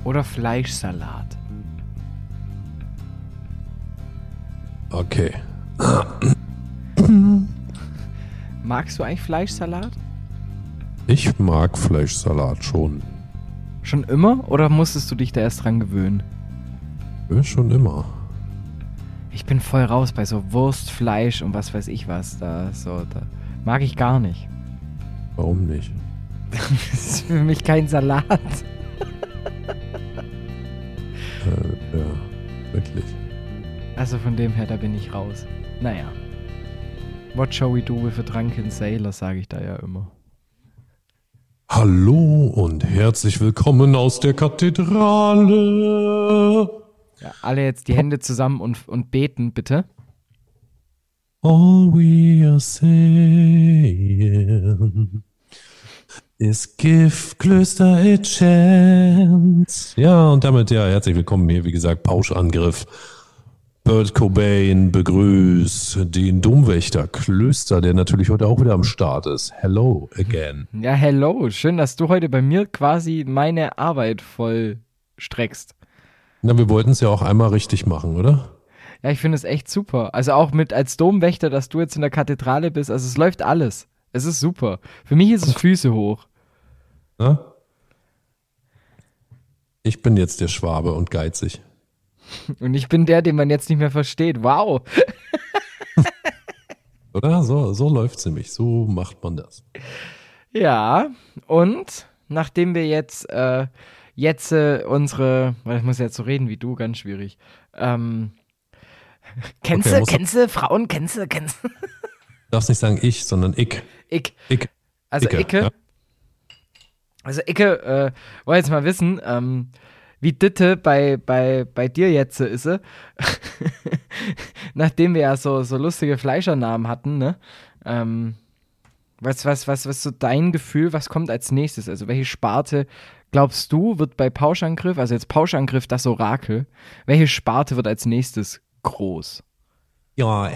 oder Fleischsalat? Okay. Magst du eigentlich Fleischsalat? Ich mag Fleischsalat schon. Schon immer oder musstest du dich da erst dran gewöhnen? Ja, schon immer. Ich bin voll raus bei so Wurst, Fleisch und was weiß ich was. Da mag ich gar nicht. Warum nicht? Das ist für mich kein Salat. Ja, wirklich. Also von dem her, da bin ich raus. Naja. What shall we do with a drunken sailor, sage ich da ja immer. Hallo und herzlich willkommen aus der Kathedrale. Ja, alle jetzt die Hände zusammen und beten, bitte. All we are saying is give Klöster a chance. Ja, und damit herzlich willkommen hier, wie gesagt, Pauschangriff. Kurt Cobain begrüßt den Domwächter Klöster, der natürlich heute auch wieder am Start ist. Hello again. Ja, hello. Schön, dass du heute bei mir quasi meine Arbeit vollstreckst. Na, wir wollten es ja auch einmal richtig machen, oder? Ja, ich finde es echt super. Also auch mit als Domwächter, dass du jetzt in der Kathedrale bist. Also es läuft alles. Es ist super. Für mich ist es Füße hoch. Na? Ich bin jetzt der Schwabe und geizig. Und ich bin der, den man jetzt nicht mehr versteht. Wow. Oder? So läuft es nämlich. So macht man das. Ja, und nachdem wir jetzt unsere, weil ich muss jetzt so reden wie du, ganz schwierig. Kennst du Frauen, kennst du? Du darfst nicht sagen ich, sondern ich. Ich. Also Icke. Ja. Also Icke, wollte jetzt mal wissen, wie Ditte bei dir jetzt ist. Nachdem wir ja so lustige Fleischernamen hatten, ne? Was ist so dein Gefühl, was kommt als nächstes? Also welche Sparte, glaubst du, wird bei Pauschangriff, also jetzt Pauschangriff, das Orakel, welche Sparte wird als nächstes groß? Ja,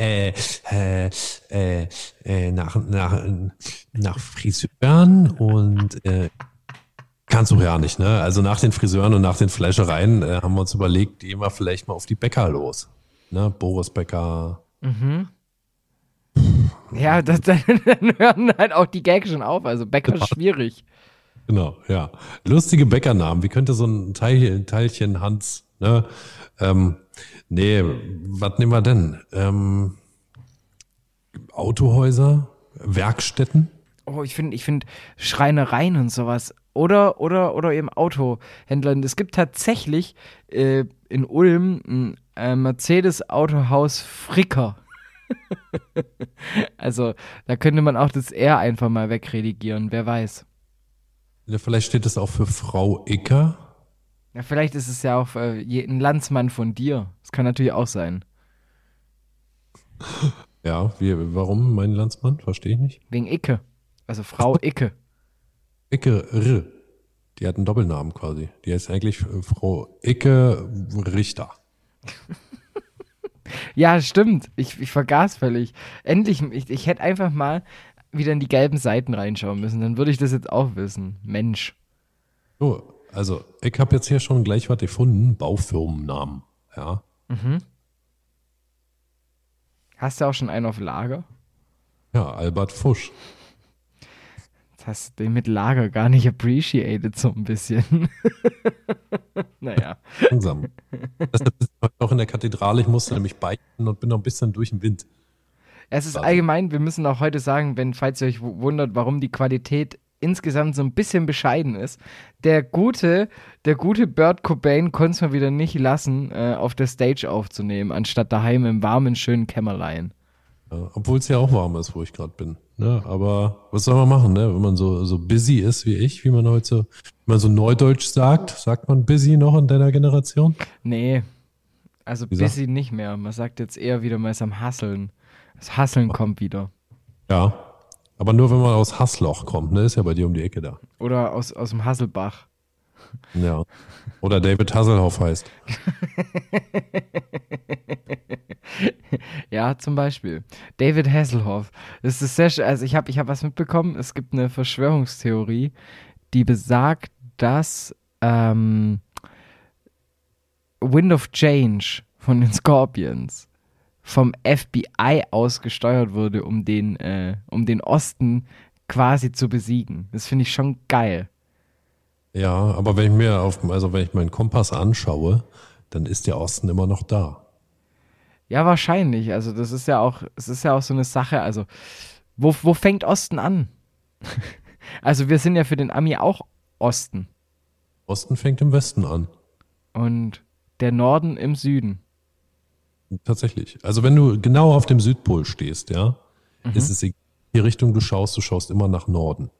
nach Friseuren und kannst du ja nicht, ne? Also nach den Friseuren und nach den Fleischereien haben wir uns überlegt, gehen wir vielleicht mal auf die Bäcker los. Ne? Boris Bäcker. Mhm. Ja, dann hören halt auch die Gags schon auf. Also Bäcker ist schwierig. Genau, ja. Lustige Bäckernamen. Wie könnte so ein Teilchen Hans, ne? Nee, was nehmen wir denn? Autohäuser, Werkstätten. Oh, ich finde Schreinereien und sowas. Oder eben Autohändler. Es gibt tatsächlich in Ulm ein Mercedes-Autohaus Fricker. Also, da könnte man auch das R einfach mal wegredigieren, wer weiß. Ja, vielleicht steht es auch für Frau Icker. Ja, vielleicht ist es ja auch ein Landsmann von dir. Das kann natürlich auch sein. Ja, warum mein Landsmann? Verstehe ich nicht. Wegen Icke. Also Frau Icke. Icke. Die hat einen Doppelnamen quasi. Die heißt eigentlich Frau Icke Richter. Ja, stimmt. Ich vergaß völlig. Endlich, ich hätte einfach mal wieder in die gelben Seiten reinschauen müssen. Dann würde ich das jetzt auch wissen. Mensch. So, also ich habe jetzt hier schon gleich was gefunden. Baufirmennamen. Ja. Mhm. Hast du auch schon einen auf Lager? Ja, Albert Fusch. Jetzt hast du den mit Lager gar nicht appreciated, so ein bisschen. Naja. Langsam. Deshalb ist heute noch in der Kathedrale. Ich musste nämlich beichten und bin noch ein bisschen durch den Wind. Es ist allgemein, wir müssen auch heute sagen, falls ihr euch wundert, warum die Qualität insgesamt so ein bisschen bescheiden ist. Der gute Kurt Cobain konnte es mal wieder nicht lassen, auf der Stage aufzunehmen, anstatt daheim im warmen, schönen Kämmerlein. Ja, obwohl es ja auch warm ist, wo ich gerade bin. Ne? Aber was soll man machen, ne? Wenn man so busy ist wie ich, wie man so neudeutsch sagt man busy noch in deiner Generation? Nee, also busy nicht mehr. Man sagt jetzt eher wieder, man ist am Hasseln. Das Hasseln kommt wieder. Ja, aber nur wenn man aus Hassloch kommt, ne? Ist ja bei dir um die Ecke da. Oder aus dem Hasselbach. Ja. Oder David Hasselhoff heißt. Ja, zum Beispiel. David Hasselhoff. Das ist sehr, also ich hab was mitbekommen. Es gibt eine Verschwörungstheorie, die besagt, dass Wind of Change von den Scorpions vom FBI aus gesteuert wurde, um den Osten quasi zu besiegen. Das finde ich schon geil. Ja, aber wenn ich meinen Kompass anschaue, dann ist der Osten immer noch da. Ja, wahrscheinlich. Also es ist ja auch so eine Sache. Also wo fängt Osten an? Also wir sind ja für den Ami auch Osten. Osten fängt im Westen an. Und der Norden im Süden. Tatsächlich. Also wenn du genau auf dem Südpol stehst, ja, ist es egal, in die Richtung du schaust immer nach Norden.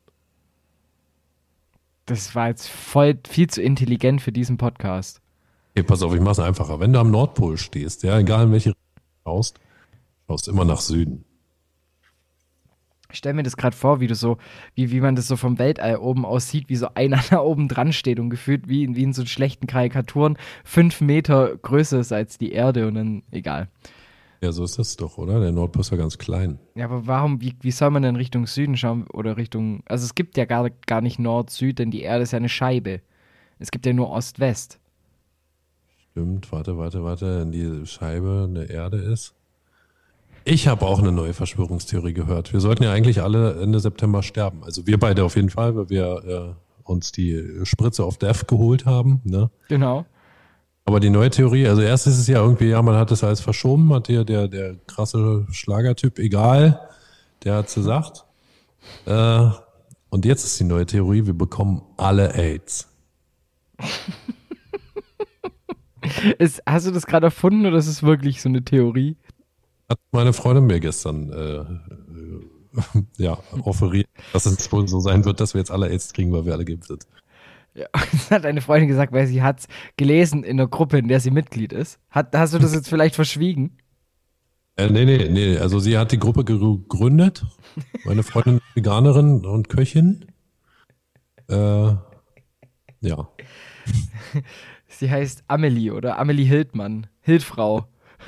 Das war jetzt viel zu intelligent für diesen Podcast. Okay, pass auf, ich mach's einfacher. Wenn du am Nordpol stehst, ja, egal in welche Richtung du schaust immer nach Süden. Ich stelle mir das gerade vor, wie man das so vom Weltall oben aus sieht, wie so einer da oben dran steht und gefühlt wie in so schlechten Karikaturen 5 Meter größer ist als die Erde und dann egal. Ja, so ist das doch, oder? Der Nordpol ist ja ganz klein. Ja, aber wie soll man denn Richtung Süden schauen oder also es gibt ja gar nicht Nord-Süd, denn die Erde ist ja eine Scheibe. Es gibt ja nur Ost-West. Stimmt, warte, wenn die Scheibe eine Erde ist. Ich habe auch eine neue Verschwörungstheorie gehört. Wir sollten ja eigentlich alle Ende September sterben. Also wir beide auf jeden Fall, weil wir uns die Spritze of Death geholt haben. Ne? Genau. Aber die neue Theorie, also erst ist es ja irgendwie, ja, man hat es alles verschoben, hat hier der krasse Schlagertyp, egal, der hat's gesagt. Und jetzt ist die neue Theorie, wir bekommen alle AIDS. Hast du das gerade erfunden oder ist es wirklich so eine Theorie? Hat meine Freundin mir gestern offeriert, dass es wohl so sein wird, dass wir jetzt alle AIDS kriegen, weil wir alle geimpft sind. Ja, das hat eine Freundin gesagt, weil sie hat es gelesen in der Gruppe, in der sie Mitglied ist. Hast du das jetzt vielleicht verschwiegen? Nee. Also sie hat die Gruppe gegründet. Meine Freundin ist Veganerin und Köchin. Ja. Sie heißt Amelie oder Amelie Hildmann. Hildfrau.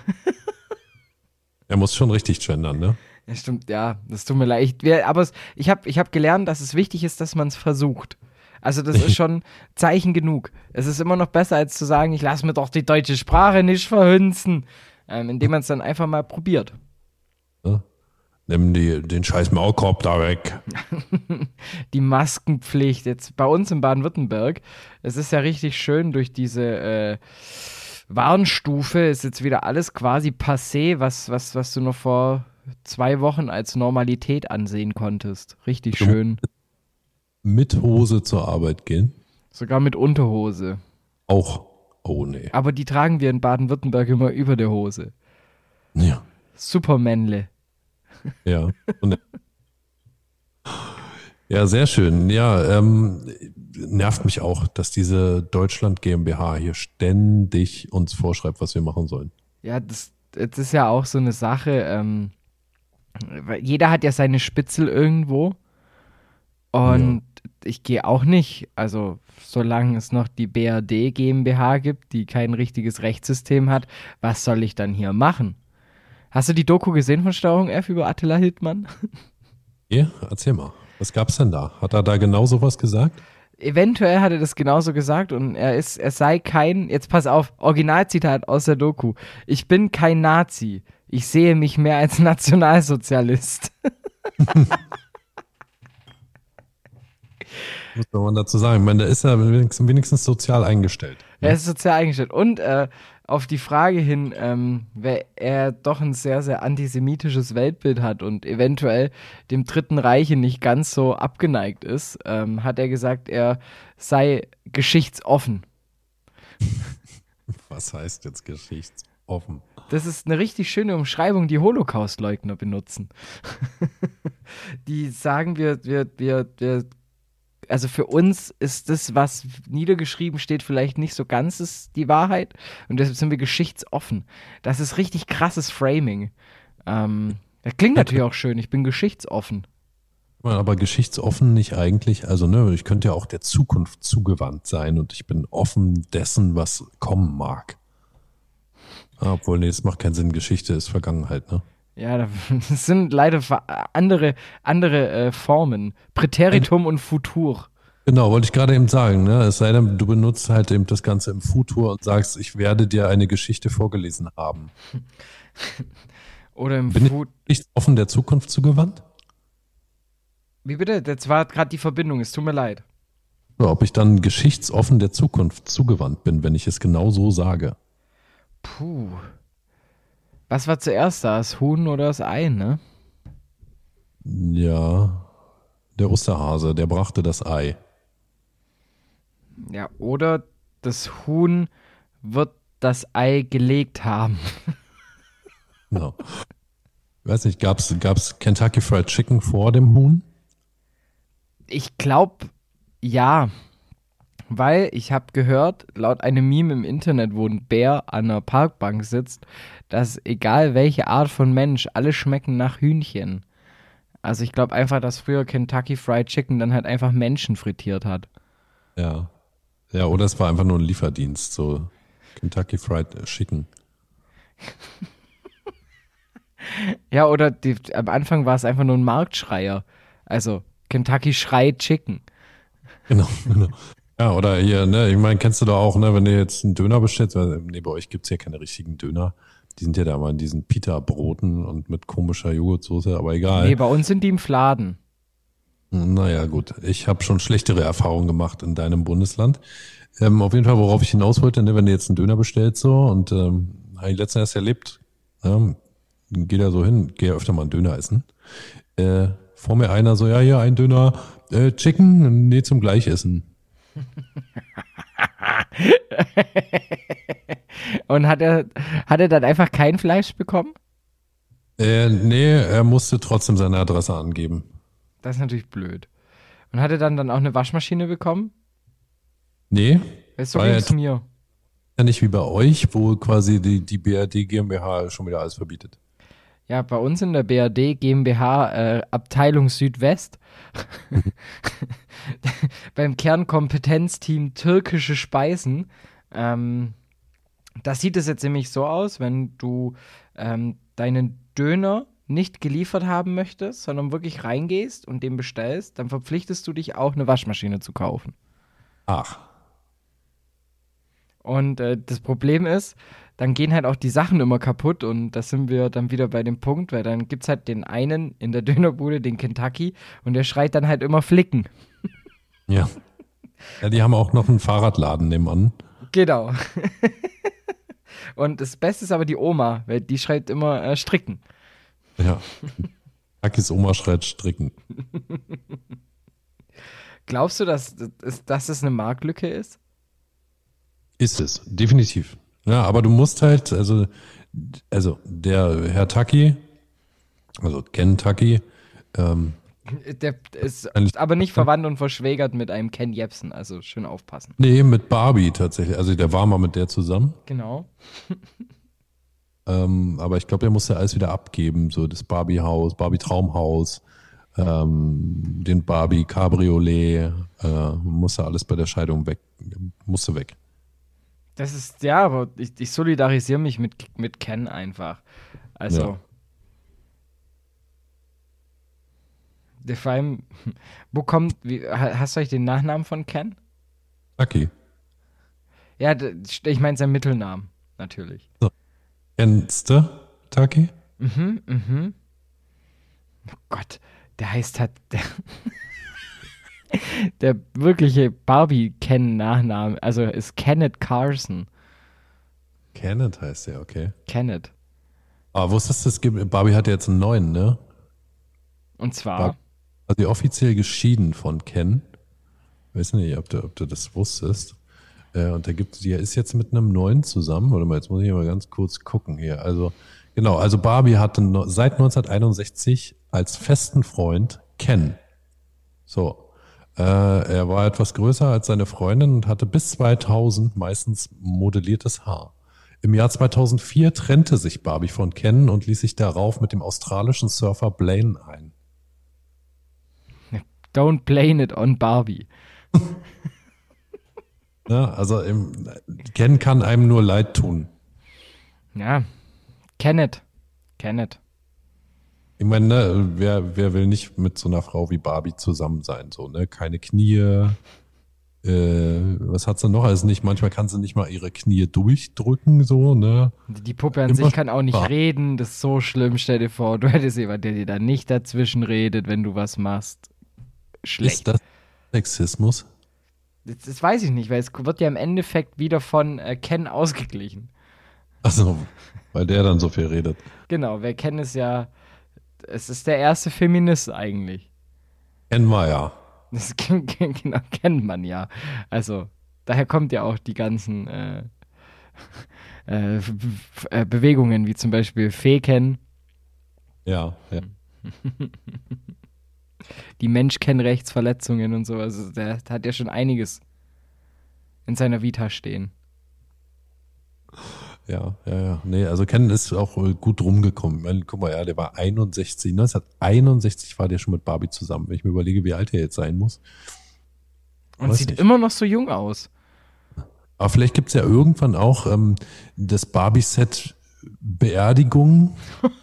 Er muss schon richtig gendern, ne? Ja, stimmt, ja, das tut mir leid. Aber ich hab gelernt, dass es wichtig ist, dass man es versucht. Also das ist schon Zeichen genug. Es ist immer noch besser, als zu sagen, ich lasse mir doch die deutsche Sprache nicht verhunzen. Indem man es dann einfach mal probiert. Ja. Nimm den scheiß Maulkorb da weg. Die Maskenpflicht. Jetzt bei uns in Baden-Württemberg, es ist ja richtig schön durch diese Warnstufe, ist jetzt wieder alles quasi passé, was du noch vor 2 Wochen als Normalität ansehen konntest. Richtig schön. Mit Hose zur Arbeit gehen? Sogar mit Unterhose. Auch. Oh nee. Aber die tragen wir in Baden-Württemberg immer über der Hose. Ja. Supermännle. Ja. Ja, sehr schön. Ja, nervt mich auch, dass diese Deutschland GmbH hier ständig uns vorschreibt, was wir machen sollen. Ja, das ist ja auch so eine Sache. Jeder hat ja seine Spitzel irgendwo. Und ich gehe auch nicht, also solange es noch die BRD GmbH gibt, die kein richtiges Rechtssystem hat, was soll ich dann hier machen? Hast du die Doku gesehen von Steuerung F über Attila Hildmann? Ja, erzähl mal. Was gab's denn da? Hat er da genau sowas gesagt? Eventuell hat er das genauso gesagt und er sei kein, jetzt pass auf, Originalzitat aus der Doku: Ich bin kein Nazi, ich sehe mich mehr als Nationalsozialist. Muss man dazu sagen. Ich meine, da ist er wenigstens sozial eingestellt. Er ist sozial eingestellt. Und auf die Frage hin, wer er doch ein sehr, sehr antisemitisches Weltbild hat und eventuell dem Dritten Reich nicht ganz so abgeneigt ist, hat er gesagt, er sei geschichtsoffen. Was heißt jetzt geschichtsoffen? Das ist eine richtig schöne Umschreibung, die Holocaust-Leugner benutzen. Die sagen, also für uns ist das, was niedergeschrieben steht, vielleicht nicht so ganz die Wahrheit und deshalb sind wir geschichtsoffen. Das ist richtig krasses Framing. Das klingt natürlich auch schön, ich bin geschichtsoffen. Aber geschichtsoffen nicht eigentlich, also ne, ich könnte ja auch der Zukunft zugewandt sein und ich bin offen dessen, was kommen mag. Obwohl, nee, es macht keinen Sinn, Geschichte ist Vergangenheit, ne? Ja, das sind leider andere Formen. Präteritum und Futur. Genau, wollte ich gerade eben sagen, ne? Es sei denn, du benutzt halt eben das Ganze im Futur und sagst, ich werde dir eine Geschichte vorgelesen haben. Oder im Bin ich Food. nicht offen der Zukunft zugewandt? Wie bitte? Das war gerade die Verbindung, es tut mir leid. Oder ob ich dann geschichtsoffen der Zukunft zugewandt bin, wenn ich es genau so sage. Puh. Was war zuerst da? Das Huhn oder das Ei, ne? Ja, der Osterhase, der brachte das Ei. Ja, oder das Huhn wird das Ei gelegt haben. Genau. Ich weiß nicht, gab's Kentucky Fried Chicken vor dem Huhn? Ich glaube, ja. Weil ich habe gehört, laut einem Meme im Internet, wo ein Bär an einer Parkbank sitzt, dass egal welche Art von Mensch, alle schmecken nach Hühnchen. Also ich glaube einfach, dass früher Kentucky Fried Chicken dann halt einfach Menschen frittiert hat. Ja. Ja, oder es war einfach nur ein Lieferdienst, so Kentucky Fried Chicken. Ja, oder am Anfang war es einfach nur ein Marktschreier. Also Kentucky Fried Chicken. Genau, genau. Ja, oder hier, ne, ich meine, kennst du da auch, ne, wenn du jetzt einen Döner bestellst, weil, nee, bei euch gibt's ja keine richtigen Döner. Die sind ja da mal in diesen Pita-Broten und mit komischer Joghurtsoße, aber egal. Nee, bei uns sind die im Fladen. Naja, gut. Ich habe schon schlechtere Erfahrungen gemacht in deinem Bundesland. Auf jeden Fall, worauf ich hinaus wollte, ne, wenn du jetzt einen Döner bestellst so und habe ich letztens erst erlebt, geh da so hin, geh öfter mal einen Döner essen. Vor mir einer so, ja, hier ein Döner, Chicken, nee, zum Gleichessen. Und hat er dann einfach kein Fleisch bekommen? Nee, er musste trotzdem seine Adresse angeben. Das ist natürlich blöd. Und hat er dann auch eine Waschmaschine bekommen? Nee, So weil ging's mir. ja nicht wie bei euch, wo quasi die BRD GmbH schon wieder alles verbietet. Ja, bei uns in der BRD GmbH Abteilung Südwest beim Kernkompetenzteam türkische Speisen. Da sieht es jetzt nämlich so aus, wenn du deinen Döner nicht geliefert haben möchtest, sondern wirklich reingehst und den bestellst, dann verpflichtest du dich auch eine Waschmaschine zu kaufen. Ach, Und das Problem ist, dann gehen halt auch die Sachen immer kaputt und da sind wir dann wieder bei dem Punkt, weil dann gibt es halt den einen in der Dönerbude, den Kentucky, und der schreit dann halt immer Flicken. ja. Ja, die haben auch noch einen Fahrradladen nebenan. Genau. Und das Beste ist aber die Oma, weil die schreit immer Stricken. Ja. Akis Oma schreit stricken. Glaubst du, dass es eine Marktlücke ist? Ist es, definitiv. Ja, aber du musst halt, also der Herr Taki, also Ken Taki, Der ist eigentlich- aber nicht verwandt und verschwägert mit einem Ken Jebsen, also schön aufpassen. nee, mit Barbie tatsächlich. Also der war mal mit der zusammen. Genau. Aber ich glaube, er musste alles wieder abgeben. So das Barbie-Haus, Barbie-Traumhaus, den Barbie Cabriolet, musste alles bei der Scheidung weg, musste weg. Das ist, ja, aber ich solidarisiere mich mit Ken einfach. Also, Ja. vor allem, hast du euch den Nachnamen von Ken? Taki. Ja, ich meine seinen Mittelnamen, natürlich. Kennst du Taki? Oh Gott, der heißt halt, der wirkliche Barbie-Ken-Nachname, also ist Kenneth Carson. Kenneth heißt der, okay. Kenneth. Aber wusstest du, Barbie hat ja jetzt einen neuen, ne? Und zwar, Also die offiziell geschieden von Ken. Weiß nicht, ob du das wusstest. Und die ist jetzt mit einem neuen zusammen. Warte mal, jetzt muss ich mal ganz kurz gucken hier. Also, genau, also Barbie hatte seit 1961 als festen Freund Ken. So. Er war etwas größer als seine Freundin und hatte bis 2000 meistens modelliertes Haar. Im Jahr 2004 trennte sich Barbie von Ken und ließ sich darauf mit dem australischen Surfer Blaine ein. don't blame it on Barbie. Ja, also Ken kann einem nur leid tun. Ja, Kenneth. Ich meine, ne, wer will nicht mit so einer Frau wie Barbie zusammen sein? So, ne? Keine Knie. Was hat sie noch? Also nicht, manchmal kann sie nicht mal ihre Knie durchdrücken, so, ne? Die Puppe an Immer sich kann auch nicht Spaß. reden, das ist so schlimm. Stell dir vor, du hättest jemanden, der dir da nicht dazwischen redet, wenn du was machst. Ist Schlecht. das Sexismus? Das weiß ich nicht, weil es wird ja im Endeffekt wieder von Ken ausgeglichen. Also, weil der dann so viel redet. Genau, wer Ken ist ja, es ist der erste Feminist eigentlich. Kennen wir ja. Das genau, kennt man ja. Also, daher kommt ja auch die ganzen Bewegungen, wie zum Beispiel Feken, Ja, ja. die Menschkennrechtsverletzungen und so. Also, der hat ja schon einiges in seiner Vita stehen. Ja, ja, ja. Nee, also Ken ist auch gut rumgekommen. Ich meine, guck mal, ja, der war 61. 1961 war der schon mit Barbie zusammen. Wenn ich mir überlege, wie alt er jetzt sein muss. Und Weiß sieht nicht. immer noch so jung aus. Aber vielleicht gibt es ja irgendwann auch das Barbie-Set Beerdigung,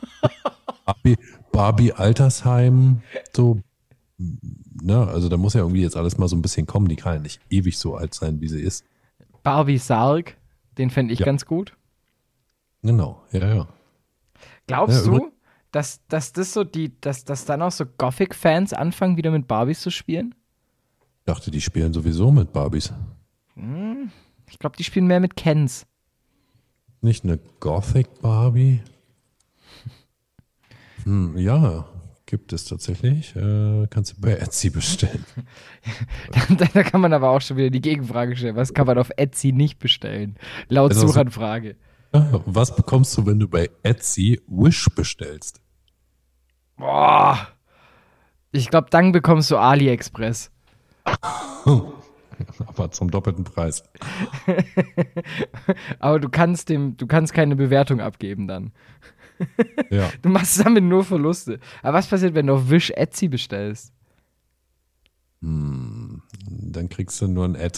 Barbie Altersheim, so, ne, also da muss ja irgendwie jetzt alles mal so ein bisschen kommen. Die kann ja nicht ewig so alt sein, wie sie ist. Barbie Sarg, den fände ich Ja. ganz gut. Genau, ja, ja. Glaubst Ja, du, dass das so dass dann auch so Gothic-Fans anfangen, wieder mit Barbies zu spielen? Ich dachte, die spielen sowieso mit Barbies. Ich glaube, die spielen mehr mit Kens. Nicht eine Gothic Barbie? Ja, gibt es tatsächlich. Kannst du bei Etsy bestellen. Da kann man aber auch schon wieder die Gegenfrage stellen. Was kann man auf Etsy nicht bestellen? Laut Also so- Suchanfrage. Was bekommst du, wenn du bei Etsy Wish bestellst? Boah. Ich glaube, dann bekommst du AliExpress. Aber zum doppelten Preis. Aber du kannst keine Bewertung abgeben dann. Ja. Du machst damit nur Verluste. Aber was passiert, wenn du auf Wish Etsy bestellst? Dann kriegst du nur ein Ad.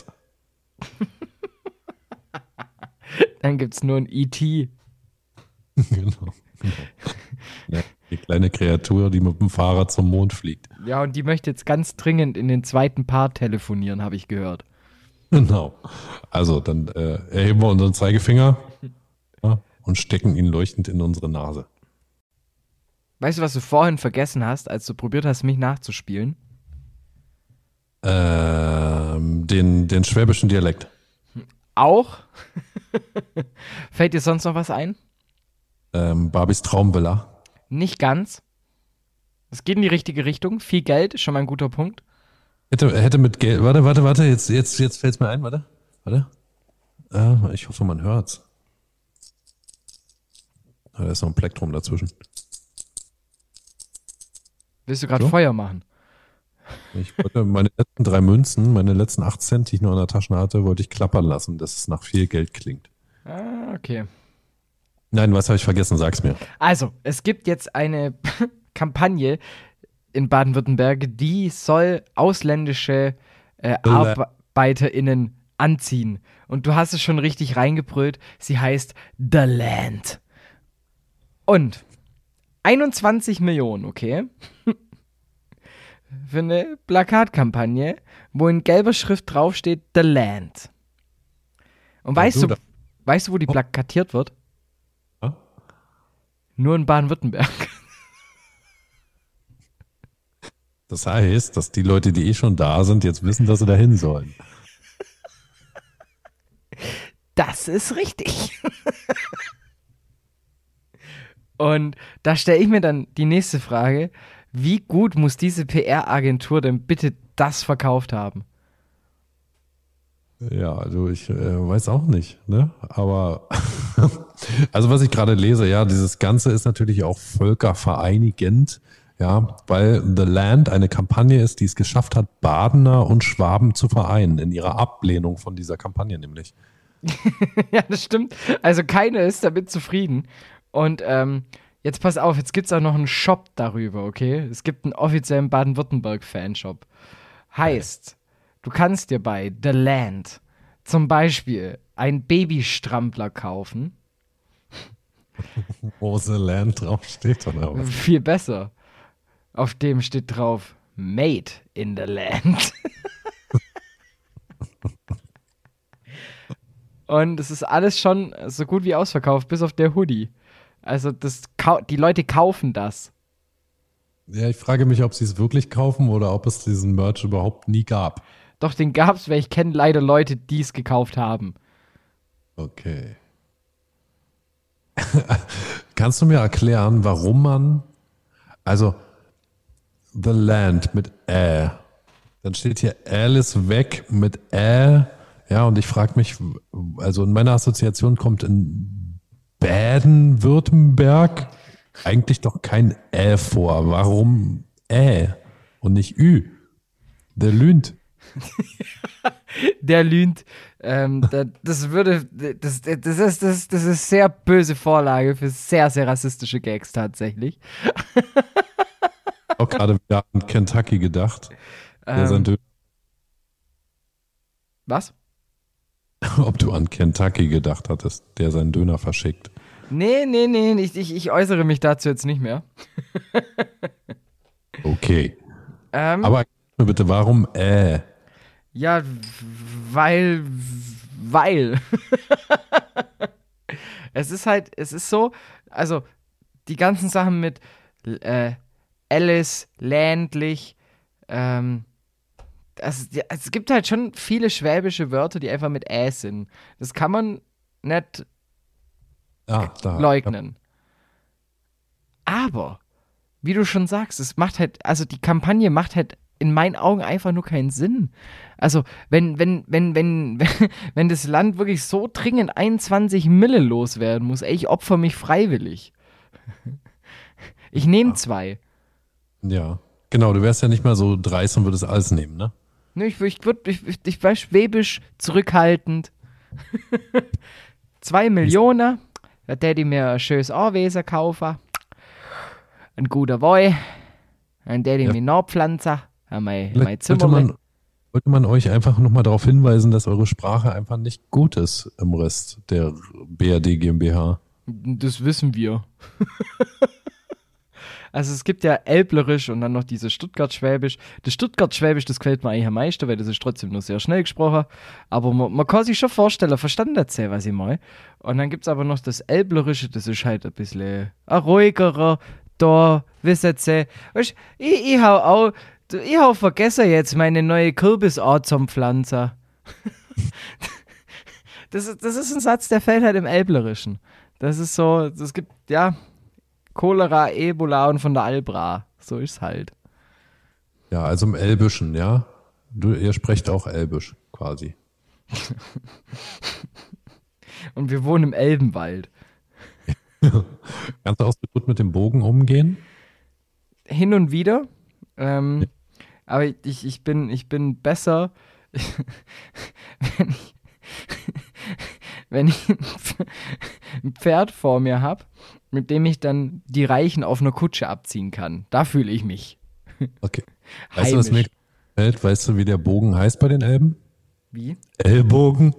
Dann gibt's nur ein E.T. Genau. Ja, die kleine Kreatur, die mit dem Fahrrad zum Mond fliegt. Ja, und die möchte jetzt ganz dringend in den zweiten Part telefonieren, habe ich gehört. Genau. Also, dann erheben wir unseren Zeigefinger, ja, und stecken ihn leuchtend in unsere Nase. Weißt du, was du vorhin vergessen hast, als du probiert hast, mich nachzuspielen? Den schwäbischen Dialekt. Auch? Fällt dir sonst noch was ein? Barbies Traumvilla. Nicht ganz. Es geht in die richtige Richtung. Viel Geld ist schon mal ein guter Punkt. Hätte mit Geld. Warte, jetzt fällt es mir ein, warte. Ich hoffe, man hört's. Da ist noch ein Plektrum dazwischen. Willst du gerade So? Feuer machen? Ich wollte meine letzten 3 Münzen, meine letzten 8 Cent, die ich noch in der Tasche hatte, wollte ich klappern lassen, dass es nach viel Geld klingt. Ah, okay. Nein, was habe ich vergessen? Sag's mir. Also, es gibt jetzt eine Kampagne in Baden-Württemberg, die soll ausländische ArbeiterInnen anziehen. Und du hast es schon richtig reingebrüllt. Sie heißt The Land. Und 21 Millionen, okay? Für eine Plakatkampagne, wo in gelber Schrift draufsteht The Land. Und weißt du, wo die plakatiert wird? Ja? Nur in Baden-Württemberg. Das heißt, dass die Leute, die schon da sind, jetzt wissen, dass sie da hin sollen. Das ist richtig. Und da stelle ich mir dann die nächste Frage: Wie gut muss diese PR-Agentur denn bitte das verkauft haben? Ja, also ich weiß auch nicht, ne? Aber also was ich gerade lese, ja, dieses Ganze ist natürlich auch völkervereinigend, ja, weil The Land eine Kampagne ist, die es geschafft hat, Badener und Schwaben zu vereinen in ihrer Ablehnung von dieser Kampagne nämlich. Ja, das stimmt. Also keiner ist damit zufrieden. Und jetzt pass auf, jetzt gibt es auch noch einen Shop darüber, okay? Es gibt einen offiziellen Baden-Württemberg-Fanshop. Heißt, du kannst dir bei The Land zum Beispiel einen Babystrampler kaufen Wo The Land draufsteht, oder was? Viel besser. Auf dem steht drauf, Made in the Land. Und es ist alles schon so gut wie ausverkauft, bis auf der Hoodie. Also die Leute kaufen das. Ja, ich frage mich, ob sie es wirklich kaufen oder ob es diesen Merch überhaupt nie gab. Doch, den gab's, weil ich kenne leider Leute, die es gekauft haben. Okay. Kannst du mir erklären, warum man, also The Land mit dann steht hier Alice weg mit ja, und ich frage mich, also in meiner Assoziation kommt in Baden-Württemberg eigentlich doch kein vor. Warum und nicht Ü? Der lühnt. Der lühnt. Das ist sehr böse Vorlage für sehr, sehr rassistische Gags tatsächlich. Auch gerade wieder an Kentucky gedacht. Der sein Döner. Was? Ob du an Kentucky gedacht hattest, der seinen Döner verschickt. Nee, ich äußere mich dazu jetzt nicht mehr. Okay. Aber mir bitte, warum Ja, weil. Es ist so, also die ganzen Sachen mit Alice, ländlich, es gibt halt schon viele schwäbische Wörter, die einfach mit sind. Das kann man nicht leugnen. Ja. Aber, wie du schon sagst, es macht halt, also die Kampagne macht halt in meinen Augen einfach nur keinen Sinn. Also, wenn das Land wirklich so dringend 21 Mille loswerden muss, ich opfer mich freiwillig. Ich nehme 2. Ja, genau, du wärst ja nicht mal so dreist und würdest alles nehmen, ne? Ne, ich war schwäbisch zurückhaltend. 2 Millionen, da hätte ich mir ein schönes Anwesen kaufen. Ein guter Woi. Dann hätte ich mir nachpflanzen. Mein Zimmer. Wollte man euch einfach nochmal darauf hinweisen, dass eure Sprache einfach nicht gut ist im Rest der BRD GmbH. Das wissen wir. Also es gibt ja Elblerisch und dann noch dieses Stuttgart-Schwäbisch. Das Stuttgart-Schwäbisch, das gefällt mir eigentlich am meisten, weil das ist trotzdem nur sehr schnell gesprochen. Aber man kann sich schon vorstellen, verstanden erzählen, was ich meine. Und dann gibt es aber noch das Elblerische, das ist halt ein bisschen ein ruhigerer. Da, wissen Sie, ich hab vergessen jetzt meine neue Kürbisart zum Pflanzen. Das ist ein Satz, der fällt halt im Elblerischen. Das ist so, es gibt, ja, Cholera, Ebola und von der Albra. So ist halt. Ja, also im Elbischen, ja? Ihr sprecht auch Elbisch, quasi. Und wir wohnen im Elbenwald. Kannst du auch so gut mit dem Bogen umgehen? Hin und wieder. Aber ich bin besser, wenn ich ein Pferd vor mir habe, mit dem ich dann die Reichen auf einer Kutsche abziehen kann. Da fühle ich mich. Okay. Weißt du, was mir gefällt? Weißt du, wie der Bogen heißt bei den Elben? Wie? Ellbogen.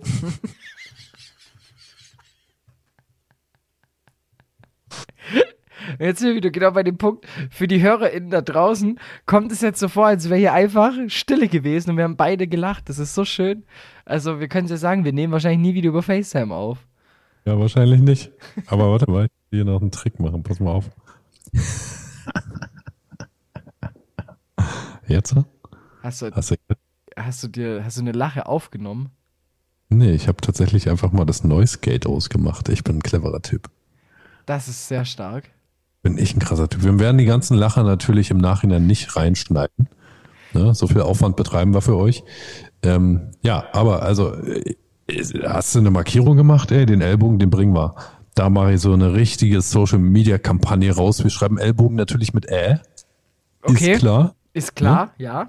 Jetzt sind wir wieder genau bei dem Punkt, für die HörerInnen da draußen kommt es jetzt so vor, als wäre hier einfach Stille gewesen und wir haben beide gelacht. Das ist so schön. Also wir können es ja sagen, wir nehmen wahrscheinlich nie wieder über FaceTime auf. Ja, wahrscheinlich nicht. Aber warte mal, ich will hier noch einen Trick machen. Pass mal auf. Jetzt? Hast du eine Lache aufgenommen? Nee, ich habe tatsächlich einfach mal das Noise Gate ausgemacht. Ich bin ein cleverer Typ. Das ist sehr stark. Bin ich ein krasser Typ. Wir werden die ganzen Lacher natürlich im Nachhinein nicht reinschneiden. Ne? So viel Aufwand betreiben wir für euch. Ja, aber also, hast du eine Markierung gemacht? Den Ellbogen, den bringen wir. Da mache ich so eine richtige Social-Media-Kampagne raus. Wir schreiben Ellbogen natürlich mit Okay. Ist klar. Ist klar, ja.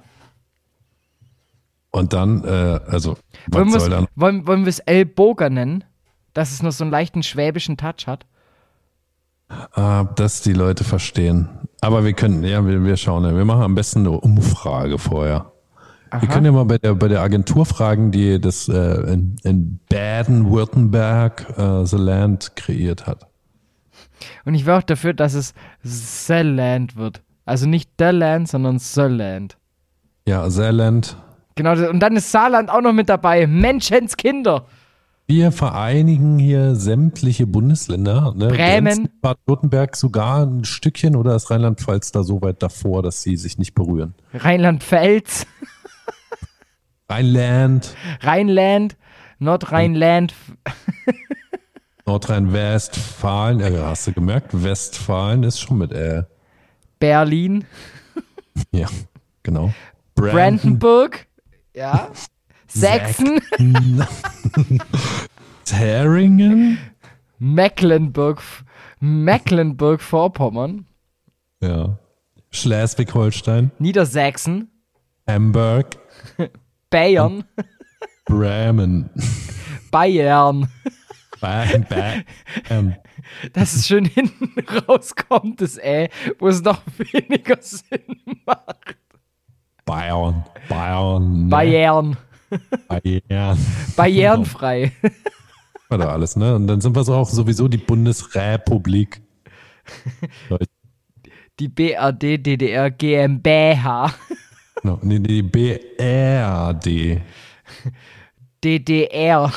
Und dann, was soll dann? Wollen wir es Ellboger nennen? Dass es noch so einen leichten schwäbischen Touch hat? Dass die Leute verstehen. Aber wir können, ja, wir schauen. Wir machen am besten eine Umfrage vorher. Aha. Wir können ja mal bei der Agentur fragen, die das in Baden-Württemberg The Land kreiert hat. Und ich wäre auch dafür, dass es The Land wird. Also nicht The Land, sondern The Land. Ja, Saarland. Genau, und dann ist Saarland auch noch mit dabei. Menschenskinder. Wir vereinigen hier sämtliche Bundesländer. Ne? Bremen. Baden-Württemberg sogar ein Stückchen oder ist Rheinland-Pfalz da so weit davor, dass sie sich nicht berühren? Rheinland-Pfalz. Rheinland. Rheinland. Nordrheinland. Nordrhein-Westfalen. Ja, hast du gemerkt? Westfalen ist schon mit Berlin. Ja, genau. Brandenburg. Ja. Sachsen. Thüringen. Mecklenburg-Vorpommern. Ja. Schleswig-Holstein. Niedersachsen. Hamburg. Bayern. Bremen. Bayern. Bam. Dass es schön hinten rauskommt, das wo es noch weniger Sinn macht. Bayern. Bayern. Barrierenfrei. Oder alles, ne? Und dann sind wir so auch sowieso die Bundesrepublik. Die BRD, DDR, GmbH. No, nee, die BRD. DDR.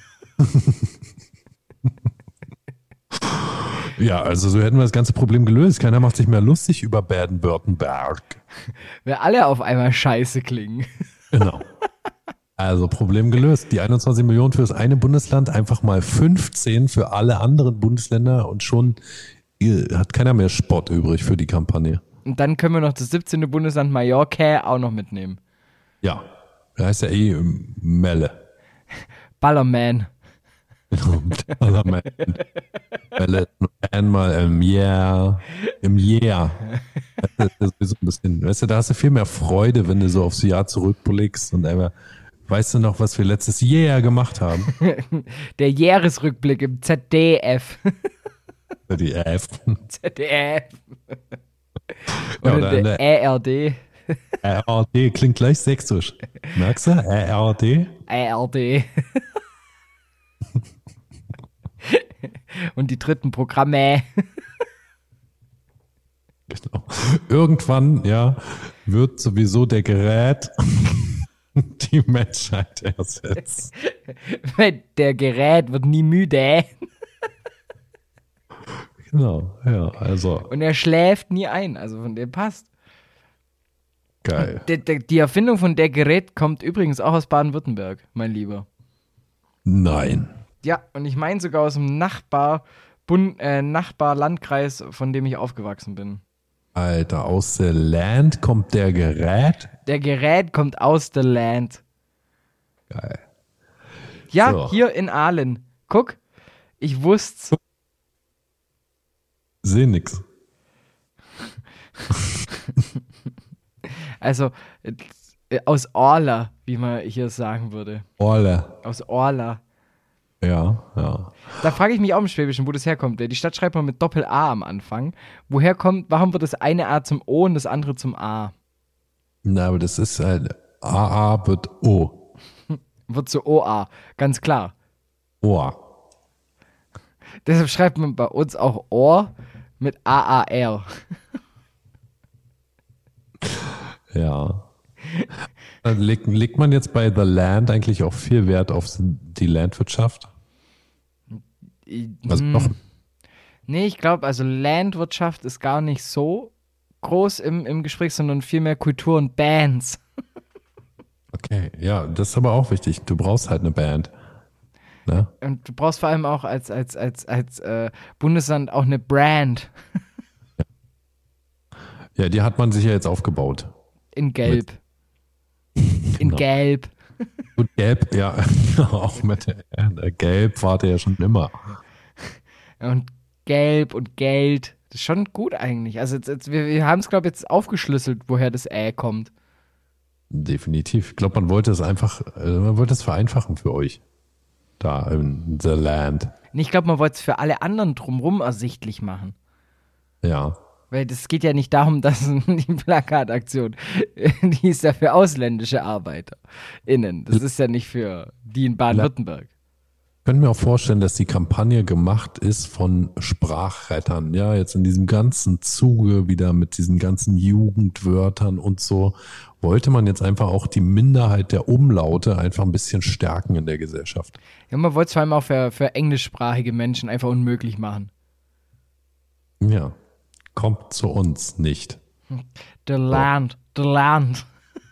Ja, also so hätten wir das ganze Problem gelöst. Keiner macht sich mehr lustig über Baden-Württemberg. Wir alle auf einmal scheiße klingen. Genau. Also Problem gelöst. Die 21 Millionen für das eine Bundesland, einfach mal 15 für alle anderen Bundesländer und schon hat keiner mehr Spott übrig für die Kampagne. Und dann können wir noch das 17. Bundesland Mallorca auch noch mitnehmen. Ja, da heißt ja Melle. Ballerman. Melle einmal im Jahr. Das ist so ein bisschen, weißt du, da hast du viel mehr Freude, wenn du so aufs Jahr zurückblickst und einfach, weißt du noch, was wir letztes Jahr gemacht haben? Der Jahresrückblick im ZDF. ZDF. Oder der ERD. ERD klingt gleich sächsisch. Merkst du? ERD? ERD. Und die dritten Programme. Genau. Irgendwann, ja, wird sowieso der Gerät die Menschheit ersetzt. Der Gerät wird nie müde. Genau, ja, also. Und er schläft nie ein, also von dem passt. Geil. Die Erfindung von der Gerät kommt übrigens auch aus Baden-Württemberg, mein Lieber. Nein. Ja, und ich meine sogar aus dem Nachbarlandkreis, von dem ich aufgewachsen bin. Alter, aus der Land kommt der Gerät? Der Gerät kommt aus der Land. Geil. Ja, so. Hier in Aalen. Guck, ich wusste's. Seh nix. Also, aus Orla, wie man hier sagen würde. Orla. Aus Orla. Ja, ja. Da frage ich mich auch im Schwäbischen, wo das herkommt. Die Stadt schreibt man mit Doppel-A am Anfang. Warum wird das eine A zum O und das andere zum A? Na, aber das ist halt, AA wird O. Wird zu OA, ganz klar. Ohr. Deshalb schreibt man bei uns auch Ohr mit AAR. Ja. Legt man jetzt bei The Land eigentlich auch viel Wert auf die Landwirtschaft? Also noch? Nee, ich glaube, also Landwirtschaft ist gar nicht so groß im Gespräch, sondern vielmehr Kultur und Bands. Okay, ja, das ist aber auch wichtig. Du brauchst halt eine Band. Ne? Und du brauchst vor allem auch als Bundesland auch eine Brand. Ja, die hat man sich ja jetzt aufgebaut. In Gelb. In Genau. Gelb. Gut, Gelb, ja, auch mit der Gelb war der ja schon immer. Und Gelb und Geld. Das ist schon gut eigentlich. Also wir haben es, glaube ich, jetzt aufgeschlüsselt, woher das kommt. Definitiv. Ich glaube, man wollte es vereinfachen für euch. Da in The Land. Ich glaube, man wollte es für alle anderen drumherum ersichtlich machen. Ja. Weil das geht ja nicht darum, dass die Plakataktion, die ist ja für ausländische ArbeiterInnen. Das ist ja nicht für die in Baden-Württemberg. könnte mir auch vorstellen, dass die Kampagne gemacht ist von Sprachrettern. Ja, jetzt in diesem ganzen Zuge wieder mit diesen ganzen Jugendwörtern und so, wollte man jetzt einfach auch die Minderheit der Umlaute einfach ein bisschen stärken in der Gesellschaft. Ja, man wollte es vor allem auch für englischsprachige Menschen einfach unmöglich machen. Ja, kommt zu uns nicht. The Land, the Land.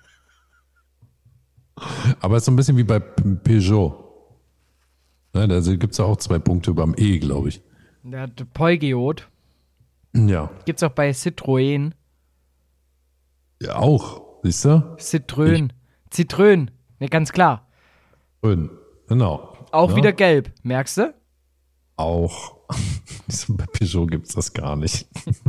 Aber es ist so ein bisschen wie bei Peugeot. Ne, da gibt es ja auch 2 Punkte beim E, glaube ich. Der Peugeot. Ja. Gibt's auch bei Citroën. Ja, auch. Siehst du? Zitrön. Ne, ganz klar. Grün. Genau. Auch ja. wieder gelb. Merkst du? Auch. Bei Peugeot gibt es das gar nicht.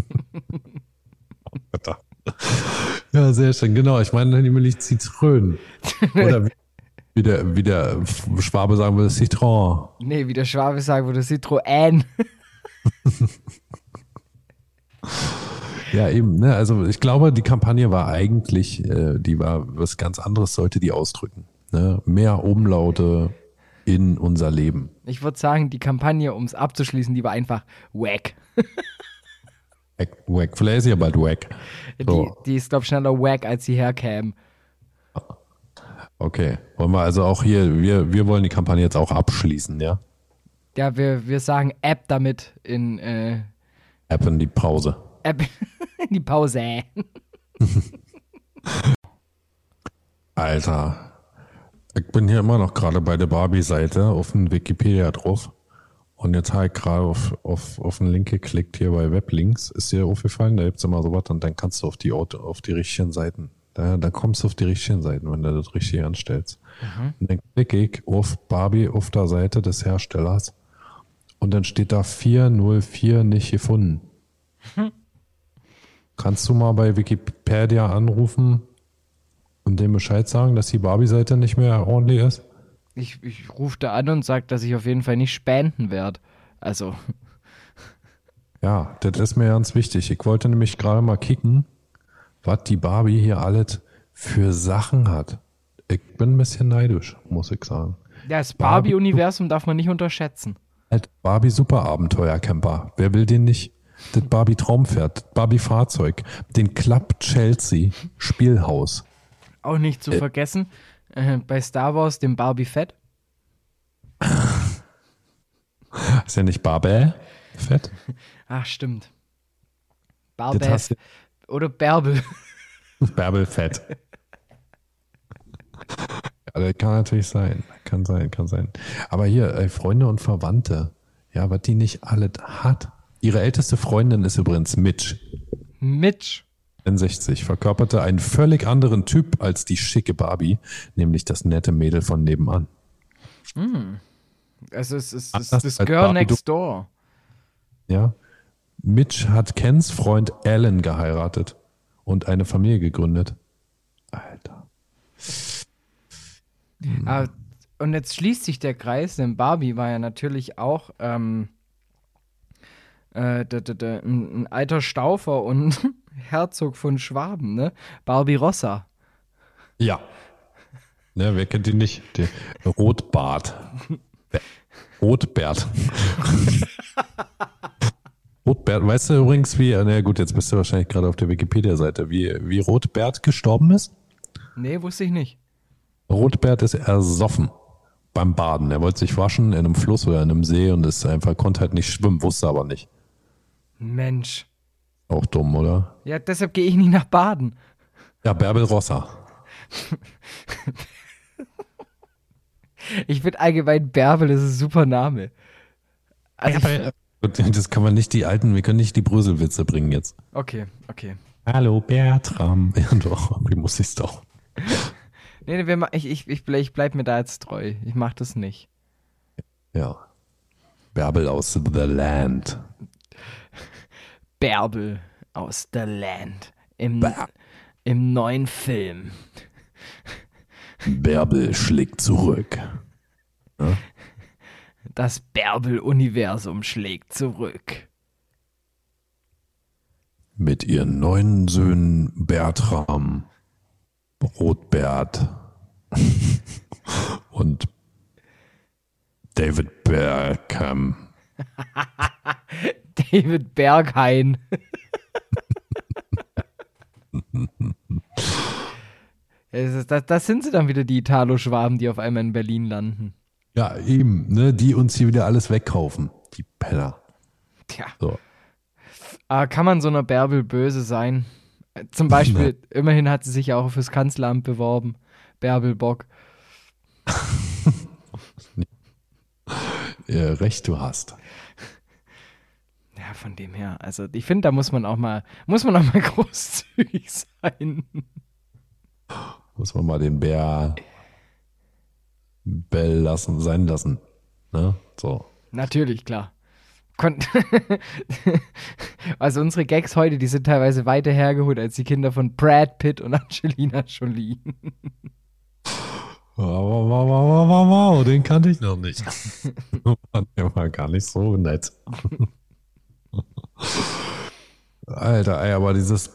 Ja, sehr schön. Genau. Ich meine nämlich Zitrön. Oder wie der Schwabe sagen würde, Citron. Nee, wie der Schwabe sagen würde, Citroën. Ja, eben. Ne? Also ich glaube, die Kampagne war eigentlich, die war was ganz anderes, sollte die ausdrücken. Ne? Mehr Umlaute in unser Leben. Ich würde sagen, die Kampagne, um es abzuschließen, die war einfach wack. Wack. Vielleicht ist sie ja bald wack. So. Die ist, glaube ich, schneller wack, als sie herkämen. Okay. Wollen wir also auch hier, wir wollen die Kampagne jetzt auch abschließen, ja? Ja, wir sagen App damit in App in die Pause. App in die Pause. Alter. Ich bin hier immer noch gerade bei der Barbie-Seite auf dem Wikipedia drauf. Und jetzt habe ich gerade auf einen Link geklickt hier bei Weblinks. Ist dir aufgefallen? Da gibt es immer sowas und dann kannst du auf die richtigen Seiten. Da kommst du auf die richtigen Seiten, wenn du das richtig anstellst. Und dann klicke ich auf Barbie auf der Seite des Herstellers und dann steht da 404 nicht gefunden. Kannst du mal bei Wikipedia anrufen und dem Bescheid sagen, dass die Barbie-Seite nicht mehr ordentlich ist? Ich rufe da an und sage, dass ich auf jeden Fall nicht spenden werde. Also. Ja, das ist mir ganz wichtig. Ich wollte nämlich gerade mal kicken, was die Barbie hier alles für Sachen hat. Ich bin ein bisschen neidisch, muss ich sagen. Ja, das Barbie-Universum darf man nicht unterschätzen. Halt Barbie Superabenteuer-Camper. Wer will den nicht? Das Barbie Traumpferd, das Barbie Fahrzeug, den Club Chelsea Spielhaus. Auch nicht zu vergessen, bei Star Wars dem Barbie Fett. Ist ja nicht Barbie Fett? Ach, stimmt. Das Barbie hast du- oder Bärbel. Bärbel Fett. Ja, das kann natürlich sein. Kann sein. Aber hier, Freunde und Verwandte, ja, was die nicht alle hat. Ihre älteste Freundin ist übrigens Mitch. Mitch. 60, verkörperte einen völlig anderen Typ als die schicke Barbie, nämlich das nette Mädel von nebenan. Also es ist Anders das als Girl Barbie, next door. Ja. Mitch hat Kens Freund Alan geheiratet und eine Familie gegründet. Alter. Und jetzt schließt sich der Kreis, denn Barbie war ja natürlich auch ein alter Staufer und Herzog von Schwaben, ne? Barbie Rossa. Ja. Ne, wer kennt ihn nicht? Der Rotbart. Rotbert. Rotbert, weißt du übrigens, na gut, jetzt bist du wahrscheinlich gerade auf der Wikipedia-Seite, wie Rotbert gestorben ist? Nee, wusste ich nicht. Rotbert ist ersoffen beim Baden. Er wollte sich waschen in einem Fluss oder in einem See und konnte halt nicht schwimmen, wusste aber nicht. Mensch. Auch dumm, oder? Ja, deshalb gehe ich nicht nach Baden. Ja, Bärbel Rossa. Ich finde allgemein Bärbel, das ist ein super Name. Also Das kann man nicht wir können nicht die Bröselwitze bringen jetzt. okay. Hallo Bertram. Ja doch, wie muss ich's doch. Nee, ich bleib mir da jetzt treu. Ich mach das nicht. Ja. Bärbel aus The Land. Bärbel aus The Land. Im neuen Film. Bärbel schlägt zurück. Ja? Das Bärbel-Universum schlägt zurück. Mit ihren 9 Söhnen Bertram, Rotbert und David Beckham. David Berghain. Das sind sie dann wieder, die Italo-Schwaben, die auf einmal in Berlin landen. Ja, eben, ne, die uns hier wieder alles wegkaufen. Die Penner. Tja. So. Kann man so einer Bärbel böse sein? Zum Beispiel, immerhin hat sie sich ja auch fürs Kanzleramt beworben. Bärbel Bock. Ja, recht du hast. Ja, von dem her. Also ich finde, da muss man auch mal großzügig sein. Muss man mal den Bell sein lassen. Ne? So. Natürlich, klar. Also unsere Gags heute, die sind teilweise weiter hergeholt als die Kinder von Brad Pitt und Angelina Jolie. Wow, den kannte ich noch nicht. Der war gar nicht so nett. Alter, ey, aber dieses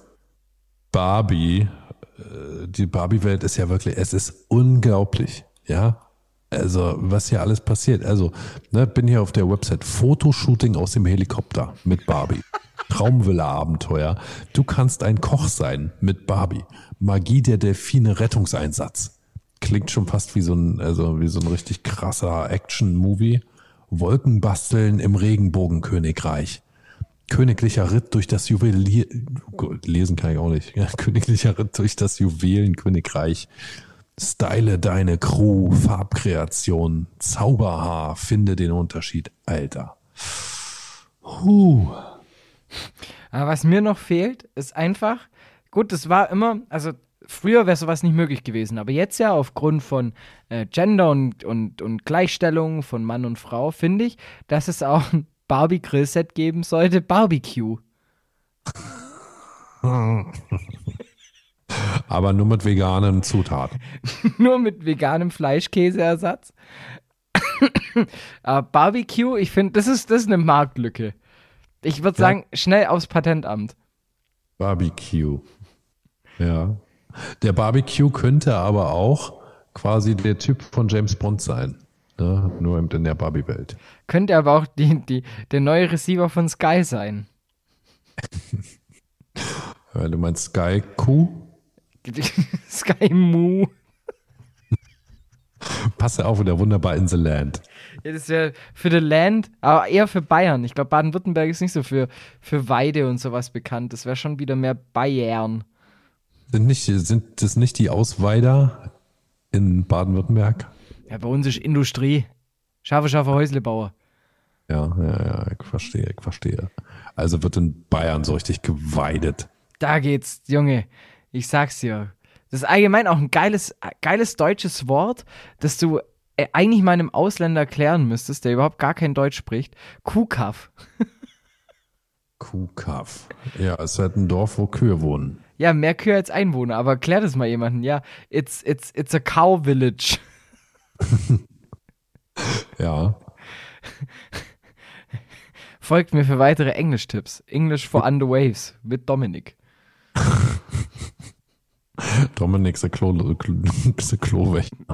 die Barbie-Welt ist ja wirklich, es ist unglaublich, ja. Also, was hier alles passiert. Also, ne, bin hier auf der Website Fotoshooting aus dem Helikopter mit Barbie. Traumvilla-Abenteuer. Du kannst ein Koch sein mit Barbie. Magie der Delfine Rettungseinsatz. Klingt schon fast wie so ein richtig krasser Action-Movie. Wolken basteln im Regenbogenkönigreich. Königlicher Ritt durch das lesen kann ich auch nicht. Königlicher Ritt durch das Juwelenkönigreich. Style deine Crew, Farbkreation, Zauberhaar, finde den Unterschied, Alter. Aber was mir noch fehlt, ist einfach, gut, das war immer, also früher wäre sowas nicht möglich gewesen, aber jetzt ja aufgrund von Gender und Gleichstellung von Mann und Frau, finde ich, dass es auch ein Barbie-Grillset geben sollte, Barbecue. Aber nur mit veganen Zutaten. Nur mit veganem Fleischkäseersatz. Aber Barbecue, ich finde, das ist eine Marktlücke. Ich würde sagen, schnell aufs Patentamt. Barbecue. Ja. Der Barbecue könnte aber auch quasi der Typ von James Bond sein. Ne? Nur eben in der Barbie-Welt. Könnte aber auch der neue Receiver von Sky sein. Du meinst Sky Q? Sky Moo. Passt ja auch wieder wunderbar in The Land. Ja, das wäre für The Land, aber eher für Bayern. Ich glaube, Baden-Württemberg ist nicht so für Weide und sowas bekannt. Das wäre schon wieder mehr Bayern. Sind das nicht die Ausweider in Baden-Württemberg? Ja, bei uns ist Industrie. Scharfe Häuslebauer. Ja, ich verstehe. Also wird in Bayern so richtig geweidet. Da geht's, Junge. Ich sag's dir. Das ist allgemein auch ein geiles deutsches Wort, das du eigentlich mal einem Ausländer erklären müsstest, der überhaupt gar kein Deutsch spricht. Kuhkaff. Kuhkaff. Ja, es ist halt ein Dorf, wo Kühe wohnen. Ja, mehr Kühe als Einwohner, aber erklär das mal jemanden. Ja, it's a cow village. Ja. Folgt mir für weitere Englisch-Tipps. English for Under Waves mit Dominik. Dominik the Klowächter.